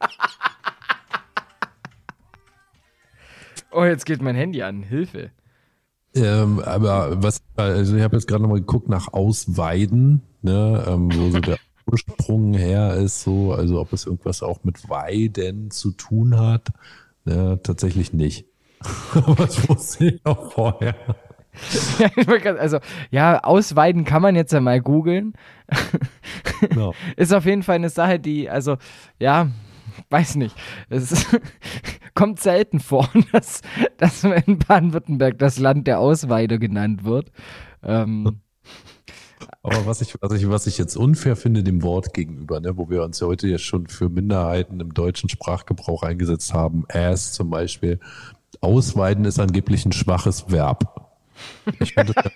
Oh, jetzt geht mein Handy an. Hilfe. Aber ich habe jetzt gerade nochmal geguckt nach Ausweiden, ne, wo so der Ursprung her ist, so, also ob es irgendwas auch mit Weiden zu tun hat. Ne, tatsächlich nicht. Aber das wusste ich auch vorher. Also, ja, Ausweiden kann man jetzt ja mal googeln. Genau. Ist auf jeden Fall eine Sache, die, also, ja, weiß nicht. Es kommt selten vor, dass in Baden-Württemberg das Land der Ausweider genannt wird. Aber was ich jetzt unfair finde dem Wort gegenüber, ne, wo wir uns ja heute ja schon für Minderheiten im deutschen Sprachgebrauch eingesetzt haben, as zum Beispiel, Ausweiden ist angeblich ein schwaches Verb. Ich finde das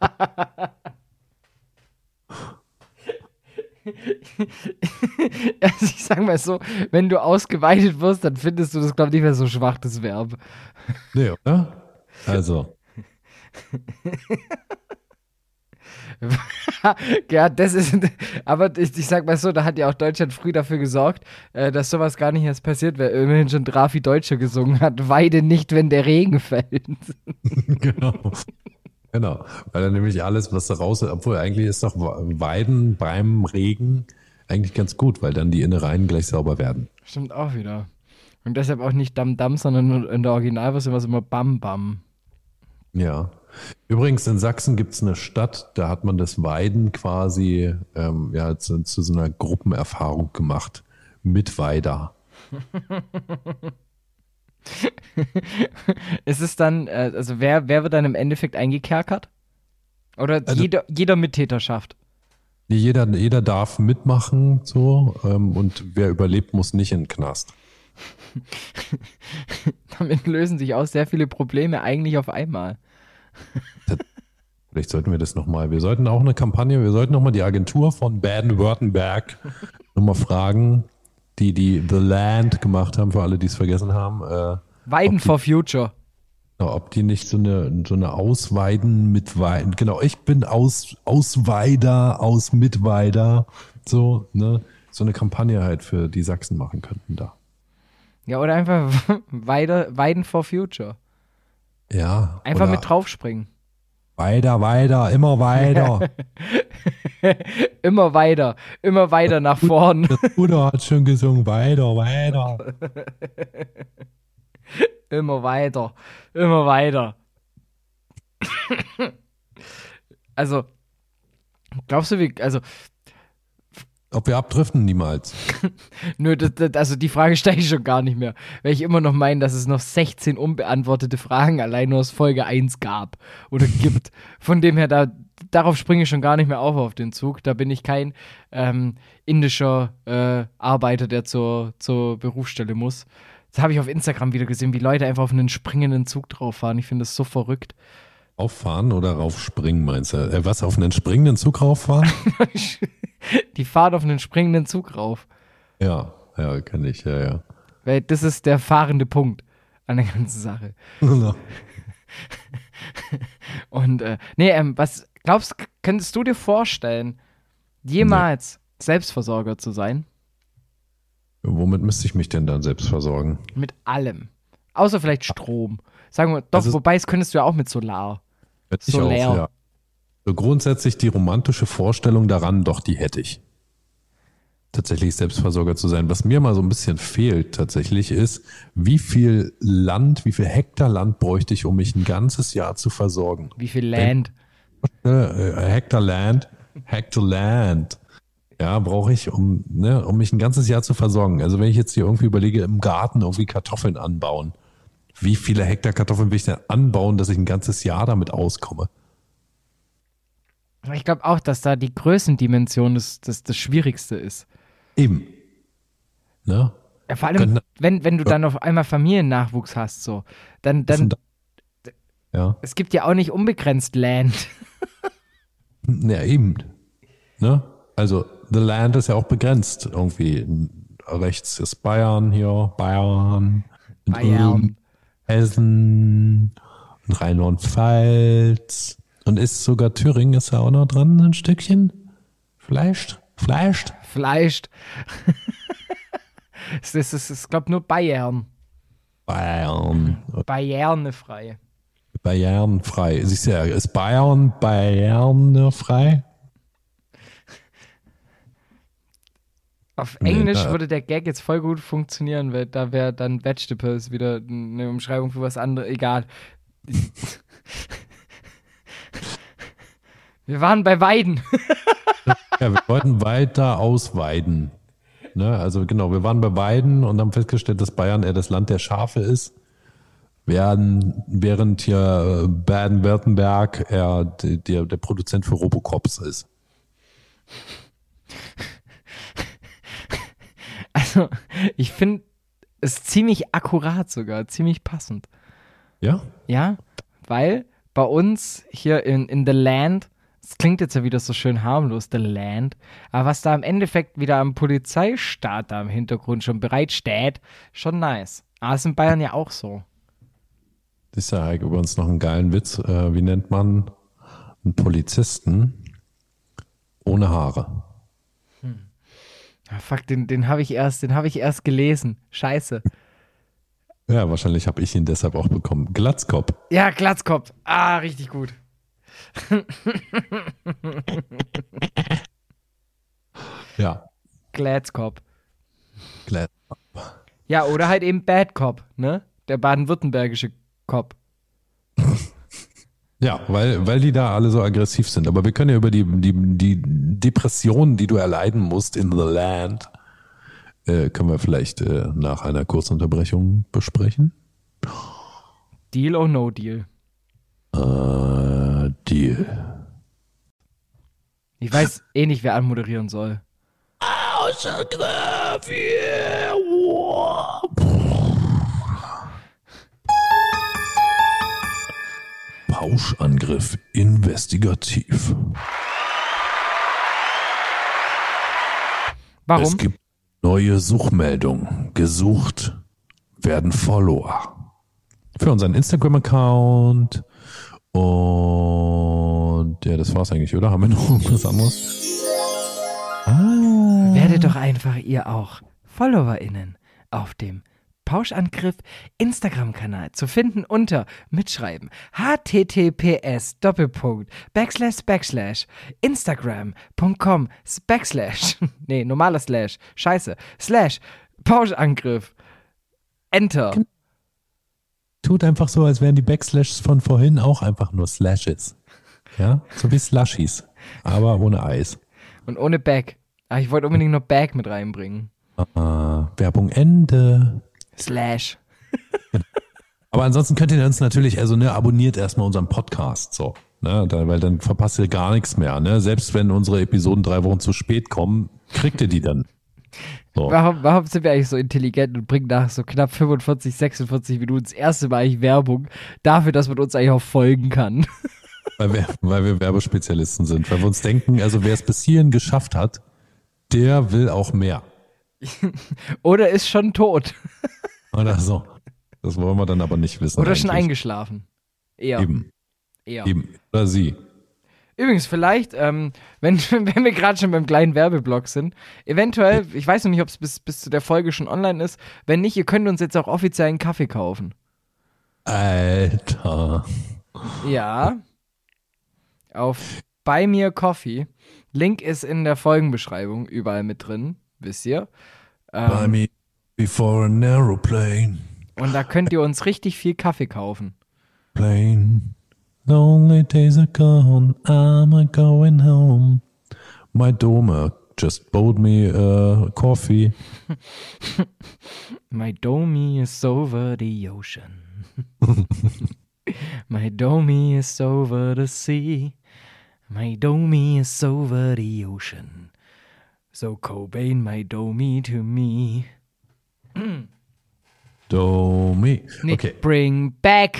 Also ich sag mal so, wenn du ausgeweitet wirst, dann findest du das, glaube ich, nicht mehr so schwach, das Verb. Nee, oder? Also. Ja, das ist, aber ich sag mal so, da hat ja auch Deutschland früh dafür gesorgt, dass sowas gar nicht erst passiert, weil immerhin schon Drafi Deutscher gesungen hat, weide nicht, wenn der Regen fällt. Genau. Genau. Weil dann nämlich alles, was da raus ist, obwohl eigentlich ist doch Weiden beim Regen eigentlich ganz gut, weil dann die Innereien gleich sauber werden. Stimmt auch wieder. Und deshalb auch nicht Dam Dam, sondern in der Originalversion war es immer Bam Bam. Ja. Übrigens in Sachsen gibt es eine Stadt, da hat man das Weiden quasi zu so einer Gruppenerfahrung gemacht. Mit Weider. Ist es dann, also wer wird dann im Endeffekt eingekerkert? Oder Also, jeder Mittäterschaft? jeder darf mitmachen, so, und wer überlebt, muss nicht in den Knast. Damit lösen sich auch sehr viele Probleme eigentlich auf einmal. Vielleicht sollten wir das nochmal, wir sollten auch eine Kampagne, wir sollten nochmal die Agentur von Baden-Württemberg nochmal fragen, die The Land gemacht haben, für alle, die es vergessen haben. Weiden for Future. Ob die nicht so eine Ausweiden mit Weiden, genau, ich bin Ausweider, aus Mitweider, so, ne, so eine Kampagne halt für die Sachsen machen könnten da. Ja, oder einfach Weiden for Future. Ja. Einfach mit draufspringen. Weiter, immer weiter. Immer weiter nach vorn. Der Bruder hat schon gesungen, weiter. Immer weiter. Also, glaubst du, Ob wir abdriften? Niemals. nö, also die Frage stelle ich schon gar nicht mehr, weil ich immer noch meine, dass es noch 16 unbeantwortete Fragen allein nur aus Folge 1 gab oder gibt. Von dem her, darauf springe ich schon gar nicht mehr auf den Zug. Da bin ich kein indischer Arbeiter, der zur Berufsstelle muss. Das habe ich auf Instagram wieder gesehen, wie Leute einfach auf einen springenden Zug drauf fahren. Ich finde das so verrückt. Auffahren oder raufspringen, meinst du? Was, auf einen springenden Zug rauffahren? Die fahren auf einen springenden Zug rauf. Ja, kenne ich, ja. Weil das ist der fahrende Punkt an der ganzen Sache. Und, was könntest du dir vorstellen, jemals Selbstversorger zu sein? Womit müsste ich mich denn dann selbst versorgen? Mit allem. Außer vielleicht Strom. Sagen wir, doch, wobei es könntest du ja auch mit Solar. Solär. Ja. So grundsätzlich die romantische Vorstellung daran, doch, die hätte ich. Tatsächlich Selbstversorger zu sein. Was mir mal so ein bisschen fehlt tatsächlich ist, wie viel Hektar Land bräuchte ich, um mich ein ganzes Jahr zu versorgen? Wie viel Land? Hektar Land. Ja, brauche ich, um mich ein ganzes Jahr zu versorgen. Also wenn ich jetzt hier irgendwie überlege, im Garten irgendwie Kartoffeln anbauen. Wie viele Hektar Kartoffeln will ich denn anbauen, dass ich ein ganzes Jahr damit auskomme? Ich glaube auch, dass da die Größendimension das Schwierigste ist. Eben. Ne? Ja, vor allem, wenn du dann auf einmal Familiennachwuchs hast, so, dann ja. Es gibt ja auch nicht unbegrenzt Land. Ja, eben. Ne? Also, the land ist ja auch begrenzt. Irgendwie rechts ist Bayern hier, Bayern. Hessen, Rheinland-Pfalz. Und ist sogar Thüringen, ist ja auch noch dran, ein Stückchen? Fleischt? Es ist, glaube nur Bayern. Bayernefrei. Bayernfrei. Siehst du ja, ist Bayernfrei? Auf Englisch würde der Gag jetzt voll gut funktionieren, weil da wäre dann Vegetables wieder eine Umschreibung für was anderes. Egal. Wir waren bei Weiden. Ja, wir wollten weiter ausweiden. Ne? Also genau, wir waren bei Weiden und haben festgestellt, dass Bayern eher das Land der Schafe ist, während hier Baden-Württemberg eher der Produzent für Robocops ist. Also, ich finde es ziemlich akkurat sogar, ziemlich passend. Ja? Ja, weil bei uns hier in The Land, es klingt jetzt ja wieder so schön harmlos, The Land, aber was da im Endeffekt wieder am Polizeistaat da im Hintergrund schon bereitsteht, schon nice. Aber es ist in Bayern ja auch so. Das ist ja übrigens noch einen geilen Witz. Wie nennt man einen Polizisten, ohne Haare. Ah, fuck, den habe ich erst gelesen. Scheiße. Ja, wahrscheinlich habe ich ihn deshalb auch bekommen. Glatzkopf. Ja, Glatzkopf. Ah, richtig gut. Ja. Glatzkopf. Glatzkopf. Ja, oder halt eben Bad Cop, ne? Der baden-württembergische Cop. Ja, weil die da alle so aggressiv sind. Aber wir können ja über die Depressionen, die du erleiden musst in the land, können wir vielleicht nach einer Kurzunterbrechung besprechen. Deal or no deal? Deal. Ich weiß eh nicht, wer anmoderieren soll. Pauschangriff investigativ. Warum? Es gibt neue Suchmeldungen. Gesucht werden Follower. Für unseren Instagram-Account. Und ja, das war's eigentlich, oder? Haben wir noch irgendwas anderes? Werdet doch einfach ihr auch FollowerInnen auf dem Pauschangriff Instagram-Kanal zu finden unter Mitschreiben https://instagram.com/ nee, normaler Slash, scheiße, / Pauschangriff Enter. Tut einfach so, als wären die Backslashs von vorhin auch einfach nur Slashes. Ja, so wie Slushies, aber ohne Eis. Und ohne Back. Ach, ich wollte unbedingt noch Back mit reinbringen. Werbung Ende. / Aber ansonsten könnt ihr uns natürlich, also abonniert erstmal unseren Podcast, so, ne, weil dann verpasst ihr gar nichts mehr, ne? Selbst wenn unsere Episoden 3 Wochen zu spät kommen, kriegt ihr die dann. So. Warum sind wir eigentlich so intelligent und bringen nach so knapp 45, 46 Minuten das erste Mal eigentlich Werbung dafür, dass man uns eigentlich auch folgen kann? Weil wir Werbespezialisten sind, weil wir uns denken, also wer es bis hierhin geschafft hat, der will auch mehr. Oder ist schon tot. Oder so. Das wollen wir dann aber nicht wissen. Oder eigentlich. schon eingeschlafen. Eher. Eben. Eher. Eben. Oder sie. Übrigens, vielleicht, wenn wir gerade schon beim kleinen Werbeblock sind, eventuell, ich weiß noch nicht, ob es bis zu der Folge schon online ist, wenn nicht, ihr könnt uns jetzt auch offiziell einen Kaffee kaufen. Alter. Ja. Auf Buy Me a Coffee. Link ist in der Folgenbeschreibung überall mit drin, wisst ihr. Buy me before an aeroplane. Und da könnt ihr uns richtig viel Kaffee kaufen. Plane. Lonely days are gone. I'm going home. My Dome just bought me a coffee. My domie is over the ocean. My domie is over the sea. My domie is over the ocean. So Cobain, my domie to me. Domi. Nee, Okay. bring back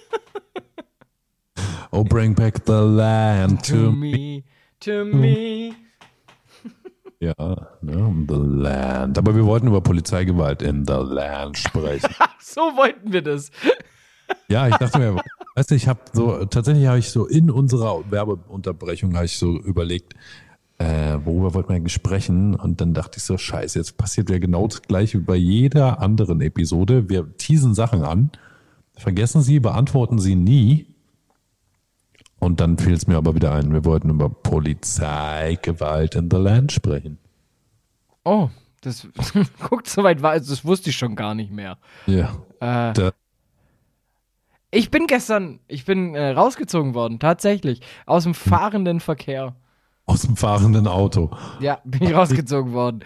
Oh, bring back the land to me, to me. Ja, ne, the land. Aber wir wollten über Polizeigewalt in the land sprechen. So wollten wir das. Ja, ich dachte mir, weißt du, tatsächlich habe ich so in unserer Werbeunterbrechung habe ich so überlegt, worüber wollten wir eigentlich sprechen? Und dann dachte ich so, scheiße, jetzt passiert ja genau das Gleiche wie bei jeder anderen Episode. Wir teasen Sachen an, vergessen sie, beantworten sie nie. Und dann fiel es mir aber wieder ein, wir wollten über Polizeigewalt in the land sprechen. Oh, das guckt so weit war, das wusste ich schon gar nicht mehr. Ja. Ich bin rausgezogen worden, tatsächlich, aus dem fahrenden Verkehr. Aus dem fahrenden Auto. Ja, bin ich rausgezogen worden.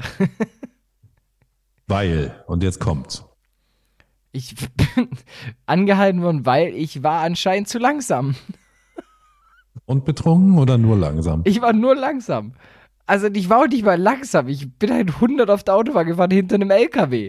Weil, und jetzt kommt's. Ich bin angehalten worden, weil ich war anscheinend zu langsam. Und betrunken oder nur langsam? Ich war nur langsam. Also ich war auch nicht mal langsam. Ich bin halt 100 auf der Autobahn gefahren hinter einem LKW.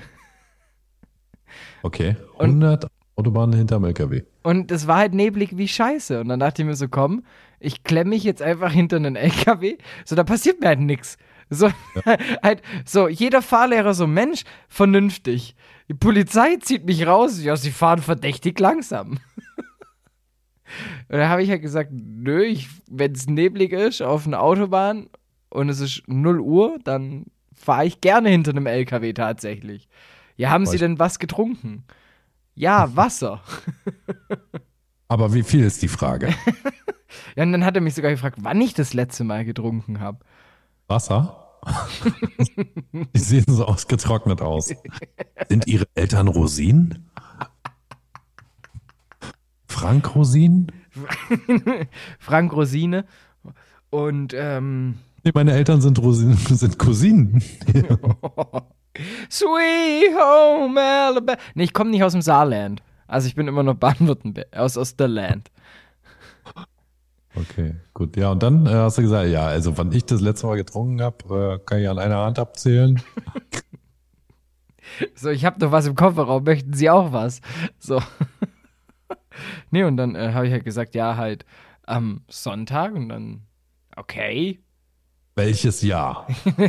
Okay, 100 Autobahnen hinterm LKW. Und es war halt neblig wie Scheiße. Und dann dachte ich mir so, komm, ich klemme mich jetzt einfach hinter einen LKW. So, da passiert mir halt nichts. So, ja. Halt, so, jeder Fahrlehrer so, Mensch, vernünftig. Die Polizei zieht mich raus. Ja, sie fahren verdächtig langsam. Und da habe ich halt gesagt, nö, wenn es neblig ist auf einer Autobahn und es ist 0 Uhr, dann fahre ich gerne hinter einem LKW tatsächlich. Ja, haben Sie denn was getrunken? Ja, Wasser. Aber wie viel ist die Frage? Ja, und dann hat er mich sogar gefragt, wann ich das letzte Mal getrunken habe. Wasser? Die sehen so ausgetrocknet aus. Sind Ihre Eltern Rosinen? Frank Rosinen? Frank Rosine. Und, Nee, meine Eltern sind Rosinen, sind Cousinen. Sweet Home Alabama. Nee, ich komme nicht aus dem Saarland. Also ich bin immer noch Baden-Württemberg, aus der Land. Okay, gut. Ja, und dann hast du gesagt, ja, also wann ich das letzte Mal getrunken habe, kann ich an einer Hand abzählen. So, ich habe doch was im Kofferraum, möchten Sie auch was? So. Nee, und dann habe ich halt gesagt, ja, halt am Sonntag und dann, okay. Welches Jahr?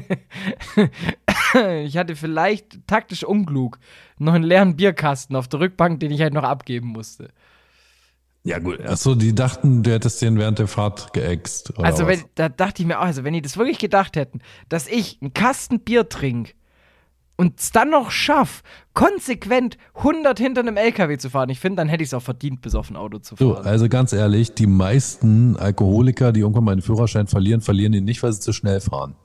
Ich hatte vielleicht taktisch unklug noch einen leeren Bierkasten auf der Rückbank, den ich halt noch abgeben musste. Ja, gut. Achso, die dachten, du hättest den während der Fahrt geäxt. Oder Also, was? da dachte ich mir auch, also wenn die das wirklich gedacht hätten, dass ich einen Kasten Bier trinke und es dann noch schaffe, konsequent 100 hinter einem LKW zu fahren, ich finde, dann hätte ich es auch verdient, bis auf ein Auto zu So, fahren. also ganz ehrlich, die meisten Alkoholiker, die irgendwann mal einen Führerschein verlieren ihn nicht, weil sie zu schnell fahren.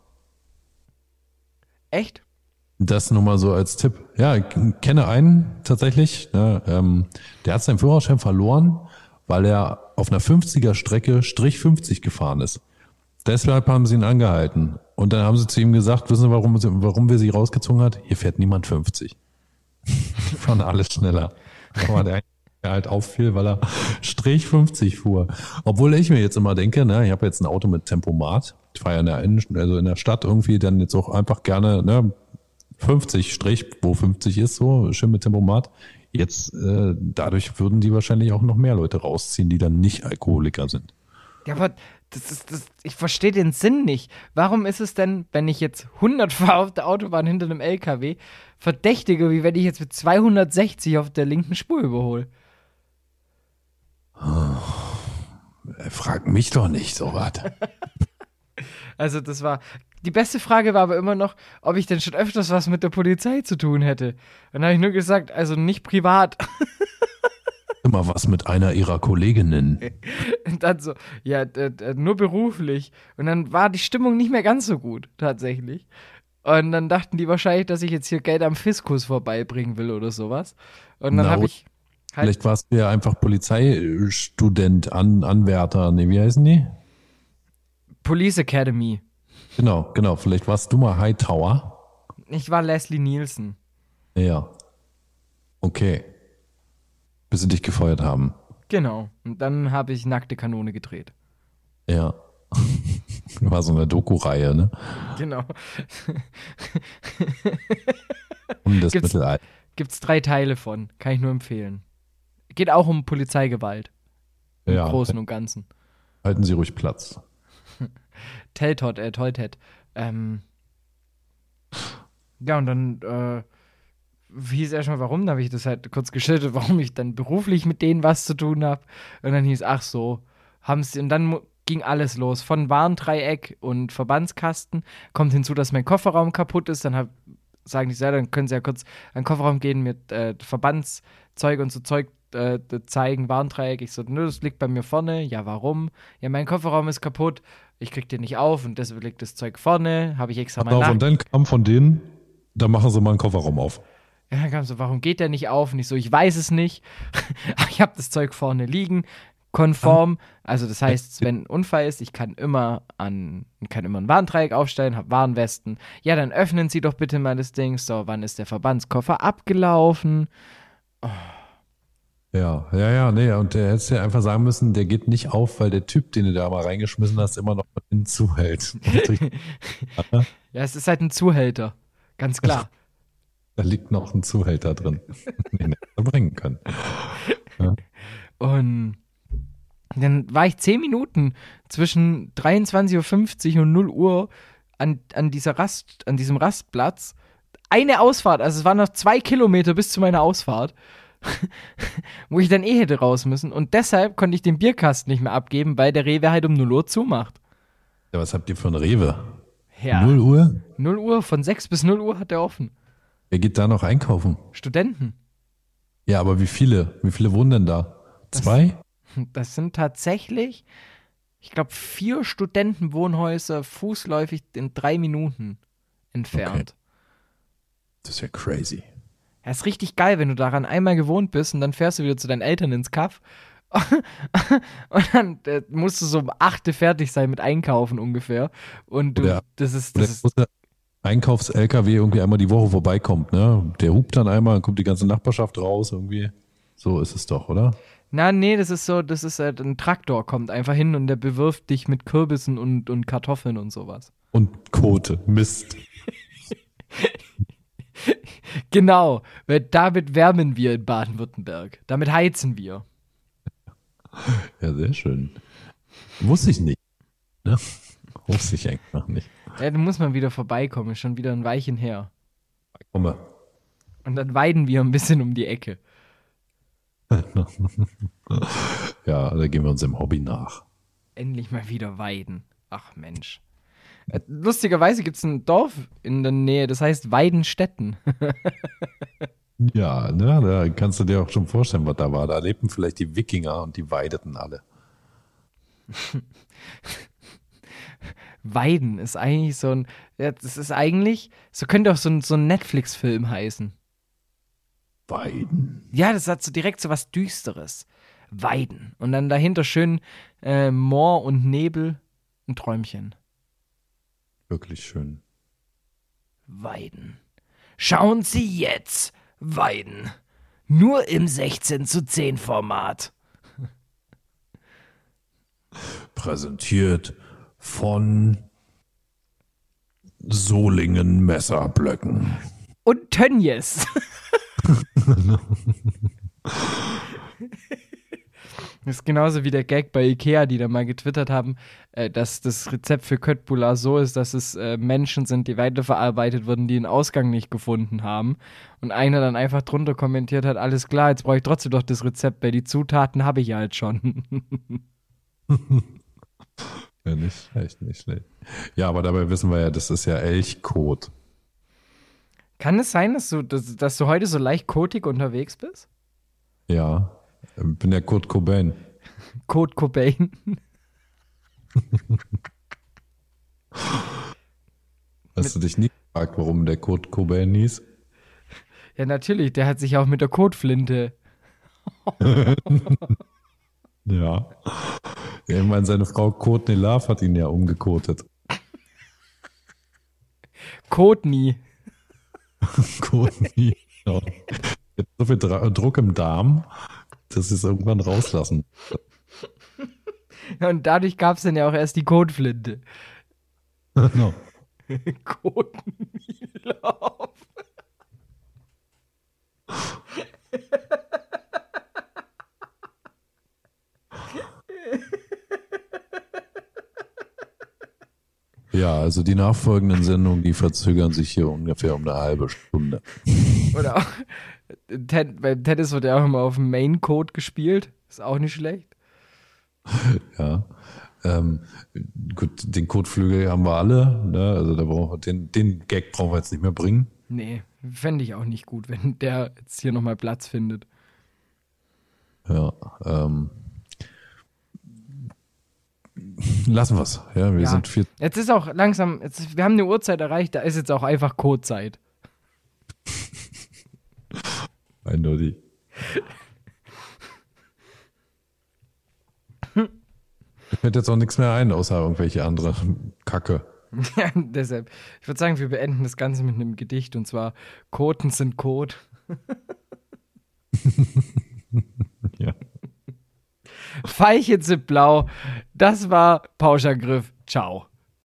Echt? Das nur mal so als Tipp. Ja, ich kenne einen tatsächlich, ne, der hat seinen Führerschein verloren, weil er auf einer 50er Strecke Strich 50 gefahren ist. Deshalb haben sie ihn angehalten. Und dann haben sie zu ihm gesagt, wissen Sie, warum wir sie rausgezogen hat? Hier fährt niemand 50. Die fahren alles schneller. Aber der halt auffiel, weil er Strich 50 fuhr. Obwohl ich mir jetzt immer denke, ne, ich habe jetzt ein Auto mit Tempomat. Ich fahre ja in der Stadt irgendwie dann jetzt auch einfach gerne, ne, 50 Strich, wo 50 ist, so schön mit Tempomat. Jetzt, dadurch würden die wahrscheinlich auch noch mehr Leute rausziehen, die dann nicht Alkoholiker sind. Ja, aber ich verstehe den Sinn nicht. Warum ist es denn, wenn ich jetzt 100 fahre auf der Autobahn hinter einem LKW, verdächtiger, wie wenn ich jetzt mit 260 auf der linken Spur überhole? Frag mich doch nicht so was. Also die beste Frage war aber immer noch, ob ich denn schon öfters was mit der Polizei zu tun hätte. Dann habe ich nur gesagt, also nicht privat. Immer was mit einer ihrer Kolleginnen. Und dann so, ja, nur beruflich. Und dann war die Stimmung nicht mehr ganz so gut, tatsächlich. Und dann dachten die wahrscheinlich, dass ich jetzt hier Geld am Fiskus vorbeibringen will oder sowas. Und dann habe ich halt, Vielleicht warst du ja einfach Polizeistudent, Anwärter, nee, wie heißen die? Police Academy. Genau. Vielleicht warst du mal Hightower. Ich war Leslie Nielsen. Ja. Okay. Bis sie dich gefeuert haben. Genau. Und dann habe ich Nackte Kanone gedreht. Ja. War so eine Doku-Reihe, ne? Genau. Um das Mittelalter. Gibt's 3 Teile von. Kann ich nur empfehlen. Geht auch um Polizeigewalt. Im Ja. Großen und Ganzen. Halten Sie ruhig Platz. Tolltet. Ja, und dann hieß erstmal, warum, dann habe ich das halt kurz geschildert, warum ich dann beruflich mit denen was zu tun habe. Und dann hieß, ach so, und dann ging alles los. Von Warndreieck und Verbandskasten kommt hinzu, dass mein Kofferraum kaputt ist. Dann sagen die, dann können sie ja kurz an den Kofferraum gehen mit Verbandszeug und so Zeug zeigen, Warndreieck. Ich so, nö, das liegt bei mir vorne. Ja, warum? Ja, mein Kofferraum ist kaputt. Ich krieg den nicht auf und deswegen liegt das Zeug vorne. Habe ich extra mal Und dann kam von denen, da machen sie mal einen Kofferraum auf. Ja, dann kam so, warum geht der nicht auf? Und ich so, ich weiß es nicht. Aber ich habe das Zeug vorne liegen, konform. Also das heißt, wenn ein Unfall ist, ich kann immer ein Warndreieck aufstellen, habe Warnwesten. Ja, dann öffnen Sie doch bitte mal das Ding. So, wann ist der Verbandskoffer abgelaufen? Oh. Ja, nee, und der hätte ja einfach sagen müssen, der geht nicht auf, weil der Typ, den du da mal reingeschmissen hast, immer noch von innen zuhält. Ja, es ist halt ein Zuhälter. Ganz klar. Da liegt noch ein Zuhälter drin, den er bringen können. Ja. Und dann war ich 10 Minuten zwischen 23:50 Uhr und 0 Uhr an diesem Rastplatz. Eine Ausfahrt, also es waren noch 2 Kilometer bis zu meiner Ausfahrt. wo ich dann hätte raus müssen. Und deshalb konnte ich den Bierkasten nicht mehr abgeben, weil der Rewe halt um 0 Uhr zumacht. Ja, was habt ihr für ein Rewe? Ja. 0 Uhr? 0 Uhr, von 6 bis 0 Uhr hat er offen. Wer geht da noch einkaufen? Studenten. Ja, aber wie viele? Wie viele wohnen denn da? 2? Das sind tatsächlich, ich glaube, 4 Studentenwohnhäuser fußläufig in 3 Minuten entfernt. Okay. Das ist ja crazy. Ja, ist richtig geil, wenn du daran einmal gewohnt bist und dann fährst du wieder zu deinen Eltern ins Kaff und dann musst du so um 8 fertig sein mit Einkaufen ungefähr. Und das ist der Einkaufs-LKW irgendwie einmal die Woche vorbeikommt, ne? Der hupt dann einmal, dann kommt die ganze Nachbarschaft raus irgendwie. So ist es doch, oder? Nee, das ist ein Traktor kommt einfach hin und der bewirft dich mit Kürbissen und Kartoffeln und sowas. Und Kote, Mist. Genau, weil damit wärmen wir in Baden-Württemberg. Damit heizen wir. Ja, sehr schön. Wusste ich nicht. Ne? Wusste ich einfach nicht. Ja, da muss man wieder vorbeikommen, ist schon wieder ein Weilchen her. Komme. Und dann weiden wir ein bisschen um die Ecke. Ja, da gehen wir uns im Hobby nach. Endlich mal wieder weiden. Ach Mensch. Lustigerweise gibt es ein Dorf in der Nähe, das heißt Weidenstetten. Ja, ne, da kannst du dir auch schon vorstellen, was da war. Da lebten vielleicht die Wikinger und die weideten alle. Weiden ist eigentlich so ein, ja, das ist eigentlich, so könnte auch so ein Netflix-Film heißen. Weiden? Ja, das hat so direkt so was Düsteres. Weiden. Und dann dahinter schön Moor und Nebel, ein Träumchen. Wirklich schön. Weiden. Schauen Sie jetzt, Weiden. Nur im 16:10 Format. Präsentiert von Solingen Messerblöcken. Und Tönnies. Das ist genauso wie der Gag bei Ikea, die da mal getwittert haben, dass das Rezept für Köttbullar so ist, dass es Menschen sind, die weiterverarbeitet wurden, die den Ausgang nicht gefunden haben. Und einer dann einfach drunter kommentiert hat, alles klar, jetzt brauche ich trotzdem doch das Rezept, weil die Zutaten habe ich ja halt schon. Ja, nicht schlecht, nicht schlecht. Ja, aber dabei wissen wir ja, das ist ja Elchkot. Kann es sein, dass du heute so leicht kotig unterwegs bist? Ja, bin der Kurt Cobain. Kurt Cobain. Hast du dich nie gefragt, warum der Kurt Cobain hieß? Ja, natürlich, der hat sich auch mit der Kotflinte. Ja. Ich meine, seine Frau Courtney Love hat ihn ja umgekotet. Kotni. Courtney. Ja. Jetzt so viel Druck im Darm, dass sie es irgendwann rauslassen. Und dadurch gab es dann ja auch erst die Kotflinte. No. Kotni Love. Ja, also die nachfolgenden Sendungen, die verzögern sich hier ungefähr um eine halbe Stunde. Oder auch, beim Tennis wird ja auch immer auf dem Main-Code gespielt. Ist auch nicht schlecht. Ja. Gut, den Kotflügel haben wir alle. Ne? Also da brauchen wir den Gag brauchen wir jetzt nicht mehr bringen. Nee, fände ich auch nicht gut, wenn der jetzt hier nochmal Platz findet. Ja, lassen wir es. Ja, wir sind viel. Jetzt ist auch langsam, wir haben eine Uhrzeit erreicht, da ist jetzt auch einfach Codezeit. Eindeutig. Ich fällt jetzt auch nichts mehr ein, außer irgendwelche andere Kacke. Ja, deshalb. Ich würde sagen, wir beenden das Ganze mit einem Gedicht und zwar Koten sind Kot. Ja. Veilchen sind blau. Das war Pauschangriff. Ciao.